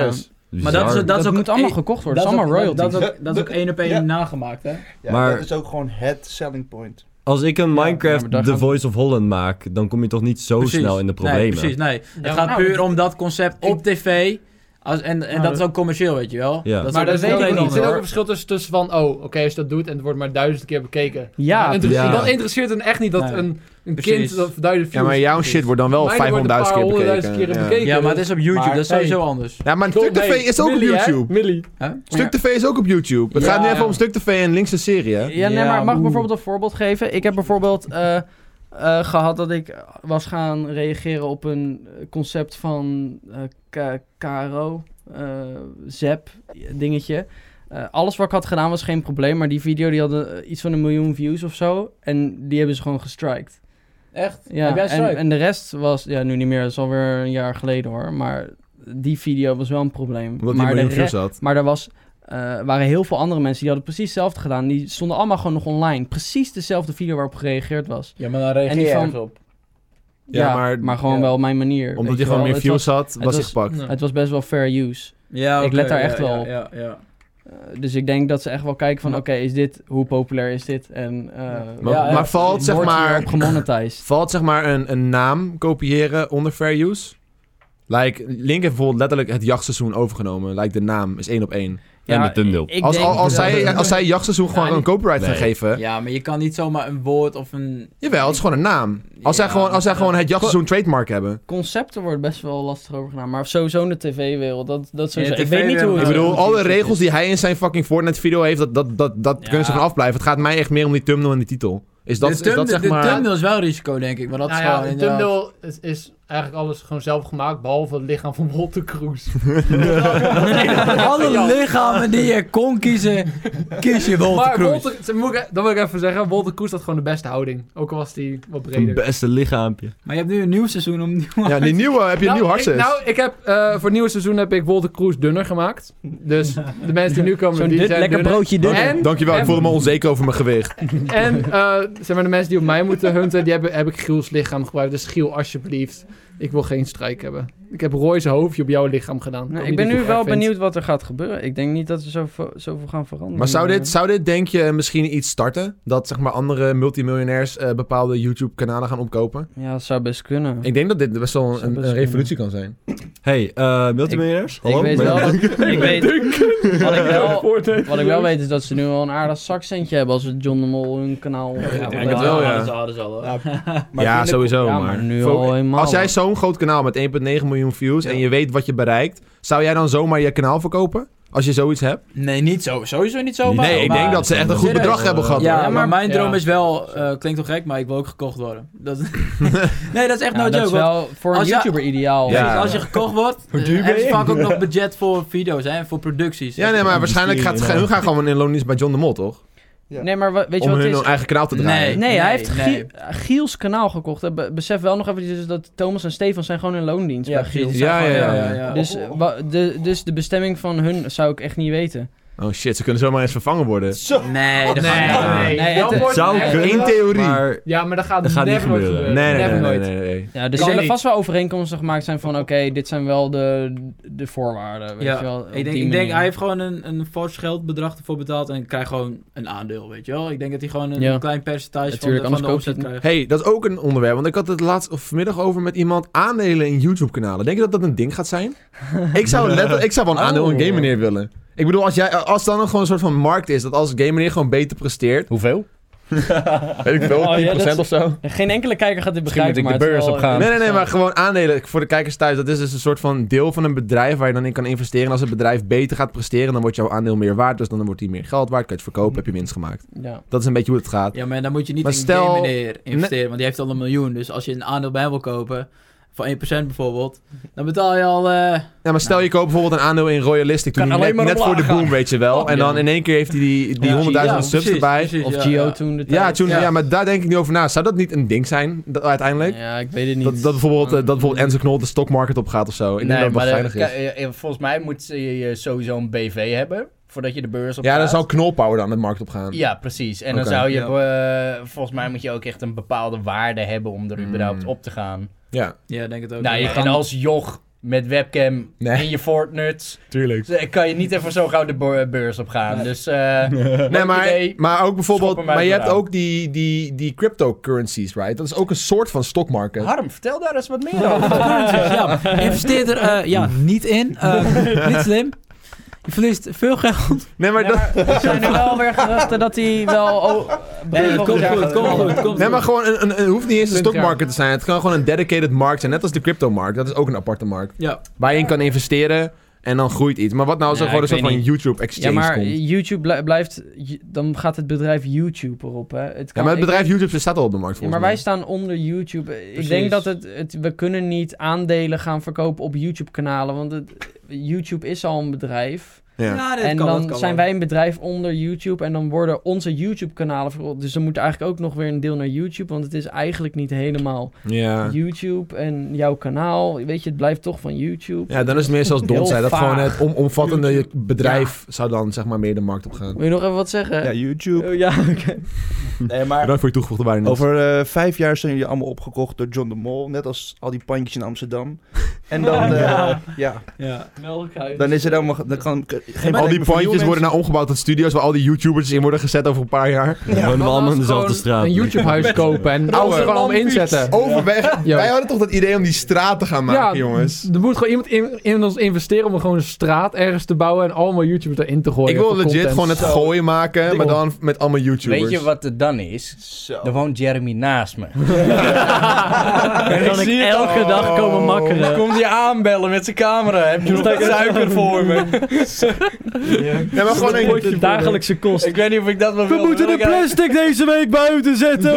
Speaker 6: Maar dat is ook
Speaker 3: moet allemaal gekocht worden. Dat is allemaal royalties.
Speaker 6: Dat is ook 1 op 1 nagemaakt, hè?
Speaker 7: Ja,
Speaker 10: Maar-
Speaker 7: dat is ook gewoon het selling point.
Speaker 10: Als ik een Minecraft
Speaker 3: maar daar
Speaker 10: The
Speaker 3: gaat-
Speaker 10: Voice of Holland maak, dan kom je toch niet zo snel in de problemen.
Speaker 6: Nee, precies, nee. Het gaat puur om dat concept op tv. En dat is ook commercieel, weet je wel.
Speaker 10: Ja.
Speaker 6: Dat is
Speaker 9: Maar
Speaker 6: ook
Speaker 9: dat weet ik
Speaker 6: heel
Speaker 9: niet. Er
Speaker 6: anders,
Speaker 9: zit ook
Speaker 6: hoor.
Speaker 9: een verschil tussen van... oké, als je dat doet en het wordt maar 1000 keer bekeken.
Speaker 3: Ja,
Speaker 9: Dat interesseert hem echt niet dat
Speaker 6: Nee.
Speaker 9: een
Speaker 6: Precies.
Speaker 9: kind dat 1000 views...
Speaker 5: Ja, maar jouw shit wordt dan wel 500.000 keer bekeken.
Speaker 6: Ja, maar het is op YouTube,
Speaker 7: Maar-
Speaker 6: dat is sowieso anders.
Speaker 5: Ja, maar Stuk TV is ook op YouTube.
Speaker 9: Millie.
Speaker 5: Stuk TV is ook op YouTube. Het
Speaker 3: Ja,
Speaker 5: gaat nu even
Speaker 6: ja.
Speaker 5: om Stuk TV en linkse serie, hè?
Speaker 3: Ja, nee,
Speaker 6: Ja,
Speaker 3: maar mag ik
Speaker 6: oeh.
Speaker 3: bijvoorbeeld een voorbeeld geven? Ik heb bijvoorbeeld gehad dat ik was gaan reageren op een concept van KRO, Zep, dingetje. Alles wat ik had gedaan was geen probleem, maar die video die hadden iets van 1 miljoen views of zo. En die hebben ze gewoon gestrikt.
Speaker 6: Echt?
Speaker 3: Ja,
Speaker 6: Heb jij strike?
Speaker 3: en de rest was, ja, nu niet meer, dat is alweer een jaar geleden hoor. Maar die video was wel een probleem.
Speaker 5: Omdat
Speaker 3: maar
Speaker 5: die miljoen
Speaker 3: de
Speaker 5: views had.
Speaker 3: Maar er waren heel veel andere mensen die hadden precies hetzelfde gedaan. Die stonden allemaal gewoon nog online. Precies dezelfde video waarop gereageerd was.
Speaker 2: Ja, maar dan reageer
Speaker 3: En die
Speaker 2: je
Speaker 3: van-
Speaker 2: ergens op.
Speaker 3: Ja, maar gewoon
Speaker 2: ja.
Speaker 3: wel op mijn manier.
Speaker 5: Omdat
Speaker 3: weet
Speaker 5: hij
Speaker 3: je
Speaker 5: gewoon
Speaker 3: wel.
Speaker 5: meer views had, was hij
Speaker 3: was-
Speaker 5: gepakt.
Speaker 3: Het was best wel fair use.
Speaker 6: Ja,
Speaker 3: Ik let daar echt wel op.
Speaker 6: Ja.
Speaker 3: Dus ik denk dat ze echt wel kijken van... Oké, is dit... Hoe populair is dit? En
Speaker 5: Maar valt, zeg
Speaker 3: wordt
Speaker 5: maar...
Speaker 3: hierop gemonetized?
Speaker 5: Valt zeg maar een naam kopiëren onder fair use? Like, Link heeft bijvoorbeeld letterlijk het jachtseizoen overgenomen. Like, de naam is 1 op 1.
Speaker 10: En de thumbnail.
Speaker 3: ik
Speaker 5: Als
Speaker 3: denk dat-
Speaker 5: zij jachtseizoen gewoon een copyright gaan geven...
Speaker 6: Ja, maar je kan niet zomaar een woord of een...
Speaker 5: Jawel, het is gewoon een naam. Als zij gewoon het jachtseizoen trademark hebben.
Speaker 3: Concepten wordt best wel lastig over gedaan. Maar sowieso in de tv-wereld. Dat sowieso.
Speaker 6: Ja,
Speaker 3: Ik weet niet hoe
Speaker 5: Ik
Speaker 3: het...
Speaker 5: bedoel, alle regels die hij in zijn fucking Fortnite-video heeft, dat kunnen ze van afblijven. Het gaat mij echt meer om die thumbnail en die titel. Is dat zeg maar...
Speaker 6: De thumbnail is wel risico, denk ik. Maar dat is
Speaker 9: Nou ja,
Speaker 6: gewoon
Speaker 9: een thumbnail is eigenlijk alles gewoon zelf gemaakt, behalve het lichaam van Walter Cruz.
Speaker 6: Alle lichamen die je kon kiezen, kies je Walter Cruz.
Speaker 9: Dat wil ik even zeggen, Walter Cruz had gewoon de beste houding. Ook al was hij wat
Speaker 10: Een
Speaker 9: breder.
Speaker 10: beste lichaampje.
Speaker 6: Maar je hebt nu een nieuw seizoen om...
Speaker 5: Ja, die nieuwe, heb je een nieuw hartjes?
Speaker 9: Ik heb voor het nieuwe seizoen heb ik Walter Cruz dunner gemaakt. Dus de mensen die nu komen,
Speaker 3: Zo'n
Speaker 9: die
Speaker 3: dit
Speaker 9: zijn
Speaker 3: lekker
Speaker 9: dunner.
Speaker 3: broodje dunner.
Speaker 9: En-
Speaker 5: Dankjewel, ik voelde me onzeker over mijn gewicht.
Speaker 9: En zeg maar, de mensen die op mij moeten hunten, die heb ik Giel's lichaam gebruikt. Dus Giel, alsjeblieft. Ik wil geen strijk hebben. Ik heb Roy's hoofdje op jouw lichaam gedaan.
Speaker 3: Nou,
Speaker 9: Ook
Speaker 3: ik
Speaker 9: niet
Speaker 3: ben
Speaker 9: dat
Speaker 3: nu
Speaker 9: het
Speaker 3: wel
Speaker 9: erg vind.
Speaker 3: benieuwd wat er gaat gebeuren. Ik denk niet dat ze zoveel gaan veranderen.
Speaker 5: Maar zou dit, denk je, misschien iets starten? Dat zeg maar andere multimiljonairs bepaalde YouTube-kanalen gaan opkopen?
Speaker 3: Ja, dat zou best kunnen.
Speaker 5: Ik denk dat dit best wel
Speaker 3: Zou best
Speaker 5: een revolutie kan zijn.
Speaker 10: Hey, multimiljonairs? Hallo?
Speaker 3: Ik weet wel dat... Ik weet,
Speaker 9: Fortnite.
Speaker 3: wat ik wel weet is dat ze nu wel een aardig zakcentje hebben als het John de Mol hun kanaal...
Speaker 5: Ik denk het wel, ja.
Speaker 6: Dat is al, hoor.
Speaker 5: Ja, sowieso.
Speaker 3: Ja,
Speaker 5: maar
Speaker 3: maar nu
Speaker 5: Voor-
Speaker 3: al helemaal.
Speaker 5: als jij zo'n groot kanaal met 1,9 miljoen views en je weet wat je bereikt, zou jij dan zomaar je kanaal verkopen? Als je zoiets hebt?
Speaker 6: Nee, niet zo. Sowieso niet zo.
Speaker 5: Nee, ik denk dat ze echt een goed
Speaker 6: Serieus?
Speaker 5: bedrag hebben gehad.
Speaker 6: Ja,
Speaker 5: hoor.
Speaker 6: maar mijn droom
Speaker 9: Ja.
Speaker 6: is wel... klinkt toch gek, maar ik wil ook gekocht worden. Nee, dat is echt
Speaker 3: Ja,
Speaker 6: no
Speaker 3: dat
Speaker 6: joke.
Speaker 3: is
Speaker 6: want
Speaker 3: wel voor een
Speaker 6: als je-
Speaker 3: YouTuber ideaal.
Speaker 5: Ja.
Speaker 6: als je gekocht wordt, hebben ze vaak ook nog budget voor video's, hè, voor producties.
Speaker 5: Ja, nee, maar waarschijnlijk hun gaan gewoon in loondienst bij John de Mol, toch?
Speaker 7: Ja.
Speaker 3: Nee, maar weet je
Speaker 5: Om
Speaker 3: wat het
Speaker 5: hun
Speaker 3: is?
Speaker 5: eigen kanaal te draaien.
Speaker 3: Nee, hij heeft
Speaker 6: nee.
Speaker 3: Giels kanaal gekocht. Besef wel nog even dat Thomas en Stefan zijn gewoon in loondienst bij Giels.
Speaker 5: Ja.
Speaker 3: Dus, dus de bestemming van hun zou ik echt niet weten.
Speaker 5: Oh shit, ze kunnen zomaar eens vervangen worden.
Speaker 6: Nee, dat
Speaker 9: Nee,
Speaker 6: gaat niet.
Speaker 9: nee.
Speaker 3: Nee,
Speaker 9: Dan
Speaker 3: het-
Speaker 9: wordt
Speaker 10: Zou
Speaker 9: het-
Speaker 10: kunnen,
Speaker 5: In theorie.
Speaker 10: maar
Speaker 9: Ja, maar dat gaat
Speaker 10: Dat gaat niet
Speaker 9: never nooit
Speaker 10: gebeuren.
Speaker 9: Never nooit.
Speaker 5: Nee.
Speaker 3: Ja, er
Speaker 9: Kan
Speaker 3: zullen
Speaker 9: niet.
Speaker 3: vast wel overeenkomsten gemaakt zijn van... Oké, dit zijn wel de voorwaarden, weet je wel. op
Speaker 6: Ik
Speaker 3: die
Speaker 6: denk
Speaker 3: manier.
Speaker 6: hij heeft gewoon een fors geldbedrag ervoor betaald en krijgt gewoon een aandeel, weet je wel. Ik denk dat hij gewoon een
Speaker 3: Ja.
Speaker 6: klein percentage
Speaker 3: Natuurlijk,
Speaker 6: van de
Speaker 3: anders
Speaker 6: omzet
Speaker 3: koopt hij
Speaker 6: krijgt.
Speaker 5: Hey, dat is ook een onderwerp, want ik had het laatst of vanmiddag over met iemand aandelen in YouTube-kanalen. Denk je dat dat een ding gaat zijn? ik zou wel een aandeel in Game Meneer willen. Ik bedoel, als dan nog gewoon een soort van markt is, dat als Game Meneer gewoon beter presteert.
Speaker 2: Hoeveel?
Speaker 5: Weet ik veel, 10%
Speaker 3: Oh, ja, dat is-
Speaker 5: of zo.
Speaker 3: Geen enkele kijker gaat dit
Speaker 2: Misschien moet
Speaker 3: begrijpen,
Speaker 2: ik
Speaker 3: maar
Speaker 2: de
Speaker 3: het is
Speaker 2: beurs
Speaker 3: wel-
Speaker 2: op gaan.
Speaker 5: Nee, maar gewoon aandelen voor de kijkers thuis. Dat is dus een soort van deel van een bedrijf waar je dan in kan investeren. En als het bedrijf beter gaat presteren, dan wordt jouw aandeel meer waard. Dus dan wordt die meer geld waard. Kan je het verkopen, heb je winst gemaakt.
Speaker 3: Ja.
Speaker 5: Dat is een beetje hoe het gaat.
Speaker 6: Ja, maar dan moet je niet
Speaker 5: Maar
Speaker 6: in
Speaker 5: stel-
Speaker 6: Game Meneer investeren, want die heeft al 1 miljoen. Dus als je een aandeel bij hem wil kopen, van 1% bijvoorbeeld, dan betaal je al...
Speaker 5: Ja, maar stel je koopt bijvoorbeeld een aandeel in Royalistic. Toen
Speaker 2: Kan
Speaker 5: hij
Speaker 2: alleen maar
Speaker 5: net voor de
Speaker 2: omlaag
Speaker 5: boom, weet je wel. En dan in één keer heeft hij die 100.000 subs
Speaker 6: precies,
Speaker 5: erbij.
Speaker 6: precies,
Speaker 3: Of
Speaker 6: ja,
Speaker 3: Gio
Speaker 6: ja.
Speaker 3: toen de
Speaker 5: Ja,
Speaker 3: tijd.
Speaker 5: toen, ja, maar daar denk ik niet over na. Zou dat niet een ding zijn, uiteindelijk?
Speaker 3: Ja, ik weet het niet.
Speaker 5: Dat bijvoorbeeld Enzo Knol de stockmarket op gaat of zo. Ik denk dat het wel veilig is.
Speaker 2: volgens mij moet je sowieso een BV hebben, voordat je de beurs op
Speaker 5: Ja, dan
Speaker 2: gaat.
Speaker 5: zou Knolpower dan de markt op gaan.
Speaker 2: Ja, precies. En
Speaker 5: Oké.
Speaker 2: dan zou je, volgens mij moet je ook echt een bepaalde waarde hebben om er überhaupt op te gaan.
Speaker 5: Ja.
Speaker 6: Ja, denk het ook.
Speaker 2: Nou,
Speaker 6: Ja.
Speaker 2: en als joch met webcam in je Fortnuts.
Speaker 5: Tuurlijk.
Speaker 2: Dus kan je niet even zo gauw de beurs op gaan. Dus,
Speaker 5: maar ook bijvoorbeeld... Maar je hebt ook die cryptocurrencies, right? Dat is ook een soort van stockmarket.
Speaker 2: Harm, vertel daar eens wat meer over.
Speaker 6: Ja, investeer er niet in. Niet slim. Je verliest veel geld.
Speaker 5: Nee, maar
Speaker 3: er zijn er wel weer geruchten dat hij wel...
Speaker 6: Komt goed.
Speaker 5: Nee, maar gewoon het hoeft niet eens een stockmarket te zijn. Het kan gewoon een dedicated markt zijn. Net als de cryptomarkt. Dat is ook een aparte markt.
Speaker 6: Ja.
Speaker 5: Waar je in kan investeren en dan groeit iets. Maar wat nou als er gewoon een soort van YouTube exchange komt?
Speaker 3: Ja, maar YouTube blijft... Dan gaat het bedrijf YouTube erop, hè.
Speaker 5: Maar het bedrijf YouTube staat al op de markt, volgens mij.
Speaker 3: Wij staan onder YouTube. Precies. Ik denk dat we kunnen niet aandelen gaan verkopen op YouTube-kanalen, want YouTube is al een bedrijf.
Speaker 5: Ja.
Speaker 3: En dan zijn wij een bedrijf onder YouTube en dan worden onze YouTube-kanalen verkocht. Dus dan moet eigenlijk ook nog weer een deel naar YouTube, want het is eigenlijk niet helemaal YouTube en jouw kanaal. Weet je, het blijft toch van YouTube.
Speaker 5: Ja, dan is het meer zoals Don zei, dat gewoon het omvattende bedrijf zou dan zeg maar meer de markt op gaan.
Speaker 3: Wil je nog even wat zeggen?
Speaker 7: Ja, YouTube.
Speaker 3: Ja, oké.
Speaker 7: Nee, maar
Speaker 5: bedankt voor je toegevoegde waarde.
Speaker 7: Over 5 jaar zijn jullie allemaal opgekocht door John de Mol, net als al die pandjes in Amsterdam. En dan, dan is er allemaal...
Speaker 5: Al die pandjes worden nou omgebouwd tot studio's waar al die YouTubers in worden gezet over een paar jaar.
Speaker 10: Ja, wonen we allemaal in dezelfde straat.
Speaker 9: Een YouTube-huis kopen en alles gewoon allemaal inzetten.
Speaker 5: Wij hadden toch dat idee om die straat te gaan maken, jongens.
Speaker 9: Er moet gewoon iemand in ons investeren om gewoon een straat ergens te bouwen en allemaal YouTubers erin te gooien.
Speaker 5: Ik wil legit gewoon het gooien maken, maar dan met allemaal YouTubers.
Speaker 2: Weet je wat het dan is? Er woont Jeremy naast me.
Speaker 3: En dan kan ik elke dag komen makkeren.
Speaker 2: Komt hij aanbellen met zijn camera. Heb je nog suiker voor me?
Speaker 5: Ja, maar gewoon
Speaker 3: een dagelijkse kost.
Speaker 2: Ik weet niet of ik dat wel
Speaker 3: wil. We moeten de plastic deze week buiten zetten.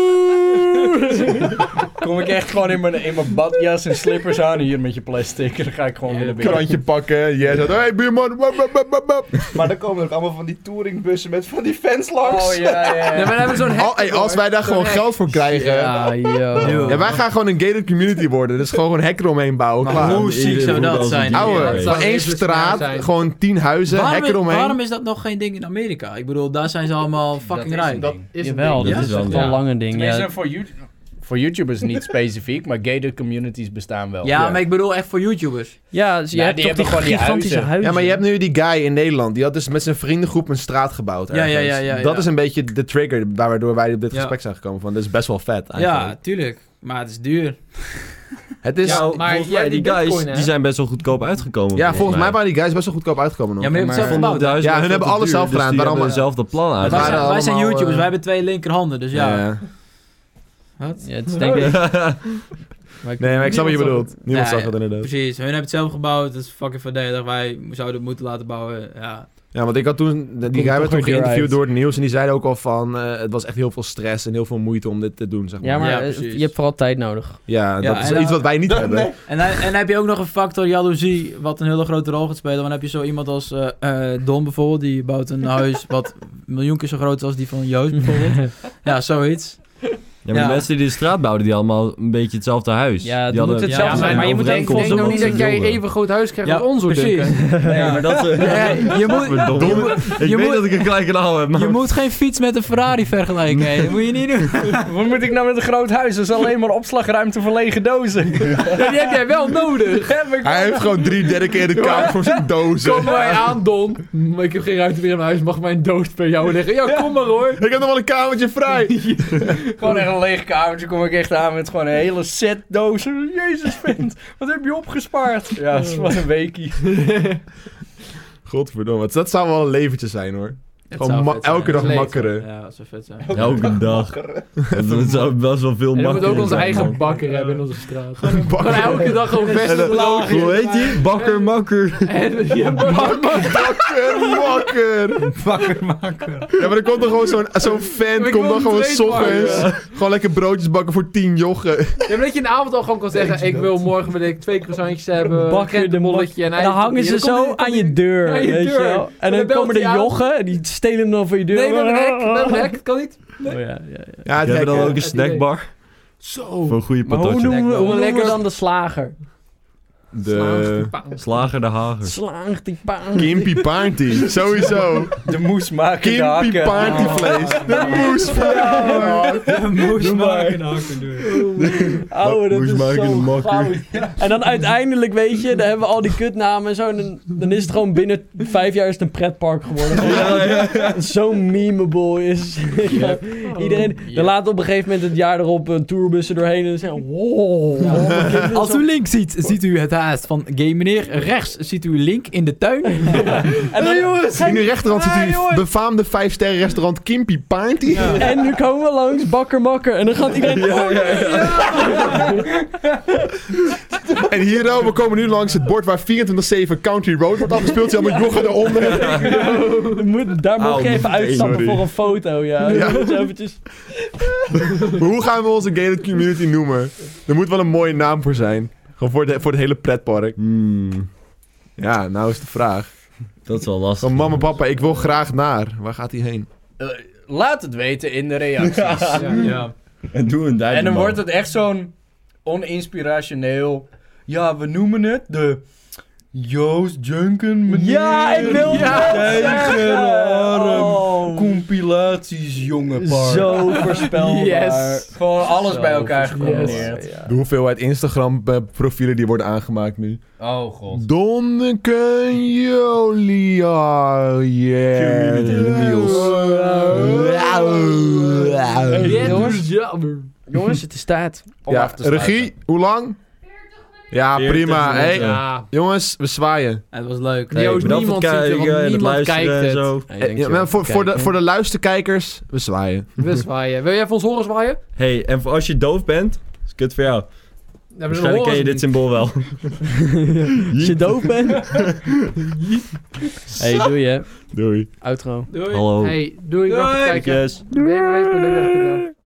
Speaker 2: Kom ik echt gewoon in mijn badjas en slippers aan hier met je plastic. En dan ga ik gewoon weer naar binnen.
Speaker 5: Krantje pakken. Jij zegt, hey buurman.
Speaker 7: Maar dan komen er ook allemaal van die touringbussen met van die fans langs.
Speaker 2: Oh ja.
Speaker 9: Nee, maar hebben zo'n
Speaker 5: als wij daar gewoon geld voor krijgen. Ja, wij gaan gewoon een gated community worden. Dus gewoon hekken omheen bouwen.
Speaker 6: Maar hoe ziek zou dat zijn?
Speaker 5: Van één straat, gewoon 10 huizen, hekken omheen.
Speaker 6: Waarom is dat nog geen ding in Amerika? Ik bedoel, daar zijn ze allemaal fucking rijk.
Speaker 3: Dat is wel een lange ding.
Speaker 2: Ja. Voor YouTubers niet specifiek, maar gated communities bestaan wel.
Speaker 6: Ja, maar ik bedoel echt voor YouTubers.
Speaker 3: Ja, dus je hebt
Speaker 2: die hebben gewoon die
Speaker 3: gigantische huizen.
Speaker 5: Ja, maar je hebt nu die guy in Nederland. Die had dus met zijn vriendengroep een straat gebouwd.
Speaker 6: Ja.
Speaker 5: Dat is een beetje de trigger waardoor wij op dit gesprek zijn gekomen. Van, dat is best wel vet eigenlijk.
Speaker 6: Ja, tuurlijk. Maar het is duur.
Speaker 5: Het is...
Speaker 10: maar die guys die zijn best wel goedkoop uitgekomen.
Speaker 5: Ja, volgens mij waren die guys best wel goedkoop uitgekomen nog.
Speaker 6: Ja, maar je hebt het zelf gebouwd.
Speaker 5: Ja, hun hebben alles zelf gedaan.
Speaker 10: Die hebben hetzelfde plan uit.
Speaker 6: Wij zijn YouTubers, wij hebben 2 linkerhanden, dus ja.
Speaker 3: Wat? Ja, het is denk ik...
Speaker 5: Nee, maar ik snap wat je bedoelt. Niemand zag het inderdaad.
Speaker 6: Precies, hun hebben het zelf gebouwd, dat is fucking voordelig. Wij zouden het moeten laten bouwen,
Speaker 5: Ja, want ik had toen... Die guy werd toen geïnterviewd door het nieuws en die zeiden ook al van... het was echt heel veel stress en heel veel moeite om dit te doen, zeg maar.
Speaker 3: Ja, maar je hebt vooral tijd nodig.
Speaker 5: Ja, dat is iets wat wij niet hebben.
Speaker 6: Nee. En dan heb je ook nog een factor jaloezie, wat een hele grote rol gaat spelen. Want dan heb je zo iemand als Don bijvoorbeeld, die bouwt een huis wat 1 miljoen keer zo groot is als die van Joost bijvoorbeeld. Ja, zoiets.
Speaker 10: Ja, maar de mensen die de straat bouwden, die allemaal een beetje hetzelfde huis.
Speaker 3: Ja,
Speaker 10: die
Speaker 3: moet hetzelfde zijn. Maar je moet denk
Speaker 9: nog niet dat jij even groot huis krijgt als ons.
Speaker 6: Precies.
Speaker 10: Nee, maar dat... Ik weet dat ik een klein kanaal heb, maar...
Speaker 6: Je moet geen fiets met een Ferrari vergelijken. Dat moet je niet doen.
Speaker 2: Wat moet ik nou met een groot huis? Dat is alleen maar opslagruimte voor lege dozen.
Speaker 9: Die heb jij wel nodig.
Speaker 5: Hij heeft gewoon 3 dedicated kamers voor zijn dozen.
Speaker 9: Kom maar aan, Don. Ik heb geen ruimte meer in mijn huis. Mag mijn doos bij jou liggen? Ja, kom maar hoor.
Speaker 5: Ik heb nog wel een kamertje vrij.
Speaker 2: Gewoon echt een leeg kamertje. Kom ik echt aan met gewoon een hele set dozen. Jezus, vent. Wat heb je opgespaard? Ja, dat is wel een weekie.
Speaker 5: Godverdomme. Dat zou wel een leventje zijn hoor. Gewoon elke dag makkeren.
Speaker 6: Ja, dat zou vet zijn.
Speaker 10: Elke dag. Dat zou best wel veel makkelijker zijn.
Speaker 9: En we moeten ook onze eigen bakker hebben in onze straat. Gewoon elke dag gewoon best
Speaker 10: hoe heet die? Bakker makker.
Speaker 6: Bakker makker.
Speaker 5: Ja, maar er komt er gewoon zo'n fan, komt dan gewoon 's ochtends. Gewoon lekker broodjes bakken voor 10 jochen.
Speaker 9: Ja, maar dat je in de avond al gewoon kan zeggen, ik wil morgen 2 croissantjes hebben.
Speaker 3: Bakker de molletje.
Speaker 9: En
Speaker 3: dan hangen ze zo aan je deur. Weet je wel. En dan komen de jochen en die stelen hem dan voor je deur.
Speaker 9: Nee, met een hek. Kan niet.
Speaker 3: Oh ja.
Speaker 10: Ja, we hebben dan ook een snackbar.
Speaker 5: Zo.
Speaker 10: Voor een goede
Speaker 3: patatje. Maar hoe noemen we dan de slager?
Speaker 10: De Slager de Hager.
Speaker 3: Slaag die paard.
Speaker 5: Kimpy Party, sowieso.
Speaker 2: De moes maken de
Speaker 5: Kimpy
Speaker 2: hakken.
Speaker 5: Party vlees. De moes
Speaker 6: De moes maken hakken doen.
Speaker 3: Ouwe, dat
Speaker 10: moes
Speaker 3: is
Speaker 10: maken
Speaker 3: zo
Speaker 10: de makker.
Speaker 3: goud. En dan uiteindelijk, weet je, dan hebben we al die kutnamen en zo. En dan is het gewoon binnen 5 jaar is het een pretpark geworden. Zo memeable is. Iedereen, dan laat op een gegeven moment het jaar erop een tourbus doorheen en zeggen, wow.
Speaker 6: Als u links ziet u het huis van Gay Meneer. Rechts ziet u Link in de tuin.
Speaker 3: En dan, jongens,
Speaker 5: In de rechterhand zit u befaamde 5-sterren restaurant Kimpy Party.
Speaker 3: en nu komen we langs Bakker Makker. En dan gaat iedereen...
Speaker 5: En hier, we komen nu langs het bord waar 24/7 Country Road wordt afgespeeld. Zie allemaal joggen eronder.
Speaker 3: Daar mag je even uitstappen
Speaker 10: sorry.
Speaker 3: voor een foto, ja. Dus eventjes...
Speaker 5: Hoe gaan we onze gated community noemen? Er moet wel een mooie naam voor zijn. Gewoon voor het hele pretpark. Ja, nou is de vraag.
Speaker 10: Dat is wel lastig.
Speaker 5: Van mama, papa, ik wil graag naar. Waar gaat hij heen?
Speaker 2: Laat het weten in de reacties.
Speaker 6: Ja.
Speaker 10: En doe een duim.
Speaker 2: En dan wordt het echt zo'n oninspirationeel... Ja, we noemen het de Joost Junken meneer.
Speaker 3: Ja, ik wil
Speaker 2: compilaties jonge park.
Speaker 3: Zo voorspelbaar.
Speaker 6: Yes.
Speaker 2: Gewoon alles
Speaker 3: Zo
Speaker 2: bij elkaar
Speaker 3: voorspelbaar,
Speaker 2: gecombineerd.
Speaker 3: ja.
Speaker 5: De hoeveelheid Instagram profielen die worden aangemaakt nu.
Speaker 2: Oh god.
Speaker 5: Donneke Jolia. Yeah. Niels.
Speaker 3: Jongens, het is tijd.
Speaker 2: Om af te sluiten.
Speaker 5: Regie, hoe lang? Ja,
Speaker 10: 40
Speaker 5: prima.
Speaker 10: minuten.
Speaker 5: Hey,
Speaker 9: Ja,
Speaker 5: jongens, we zwaaien.
Speaker 6: Het was leuk.
Speaker 10: Hey,
Speaker 9: Joost,
Speaker 10: bedankt voor
Speaker 9: niemand
Speaker 10: het
Speaker 9: ziet het,
Speaker 10: kijken
Speaker 9: want
Speaker 10: en het
Speaker 9: niemand
Speaker 10: luisteren
Speaker 9: kijkt
Speaker 10: en
Speaker 9: het.
Speaker 10: zo.
Speaker 5: Ja, maar voor de luisterkijkers, we zwaaien.
Speaker 9: We zwaaien. Wil jij voor ons horen zwaaien?
Speaker 10: Hey, en als je doof bent, is het kut voor jou.
Speaker 9: Ja,
Speaker 10: Waarschijnlijk ken je dit symbool wel.
Speaker 3: Als je doof bent. Hey, doei hè.
Speaker 5: Doei.
Speaker 3: Outro.
Speaker 6: Doei.
Speaker 10: Hallo.
Speaker 9: Hey, doei. Nog even kijken.
Speaker 10: Yes.
Speaker 9: Doei.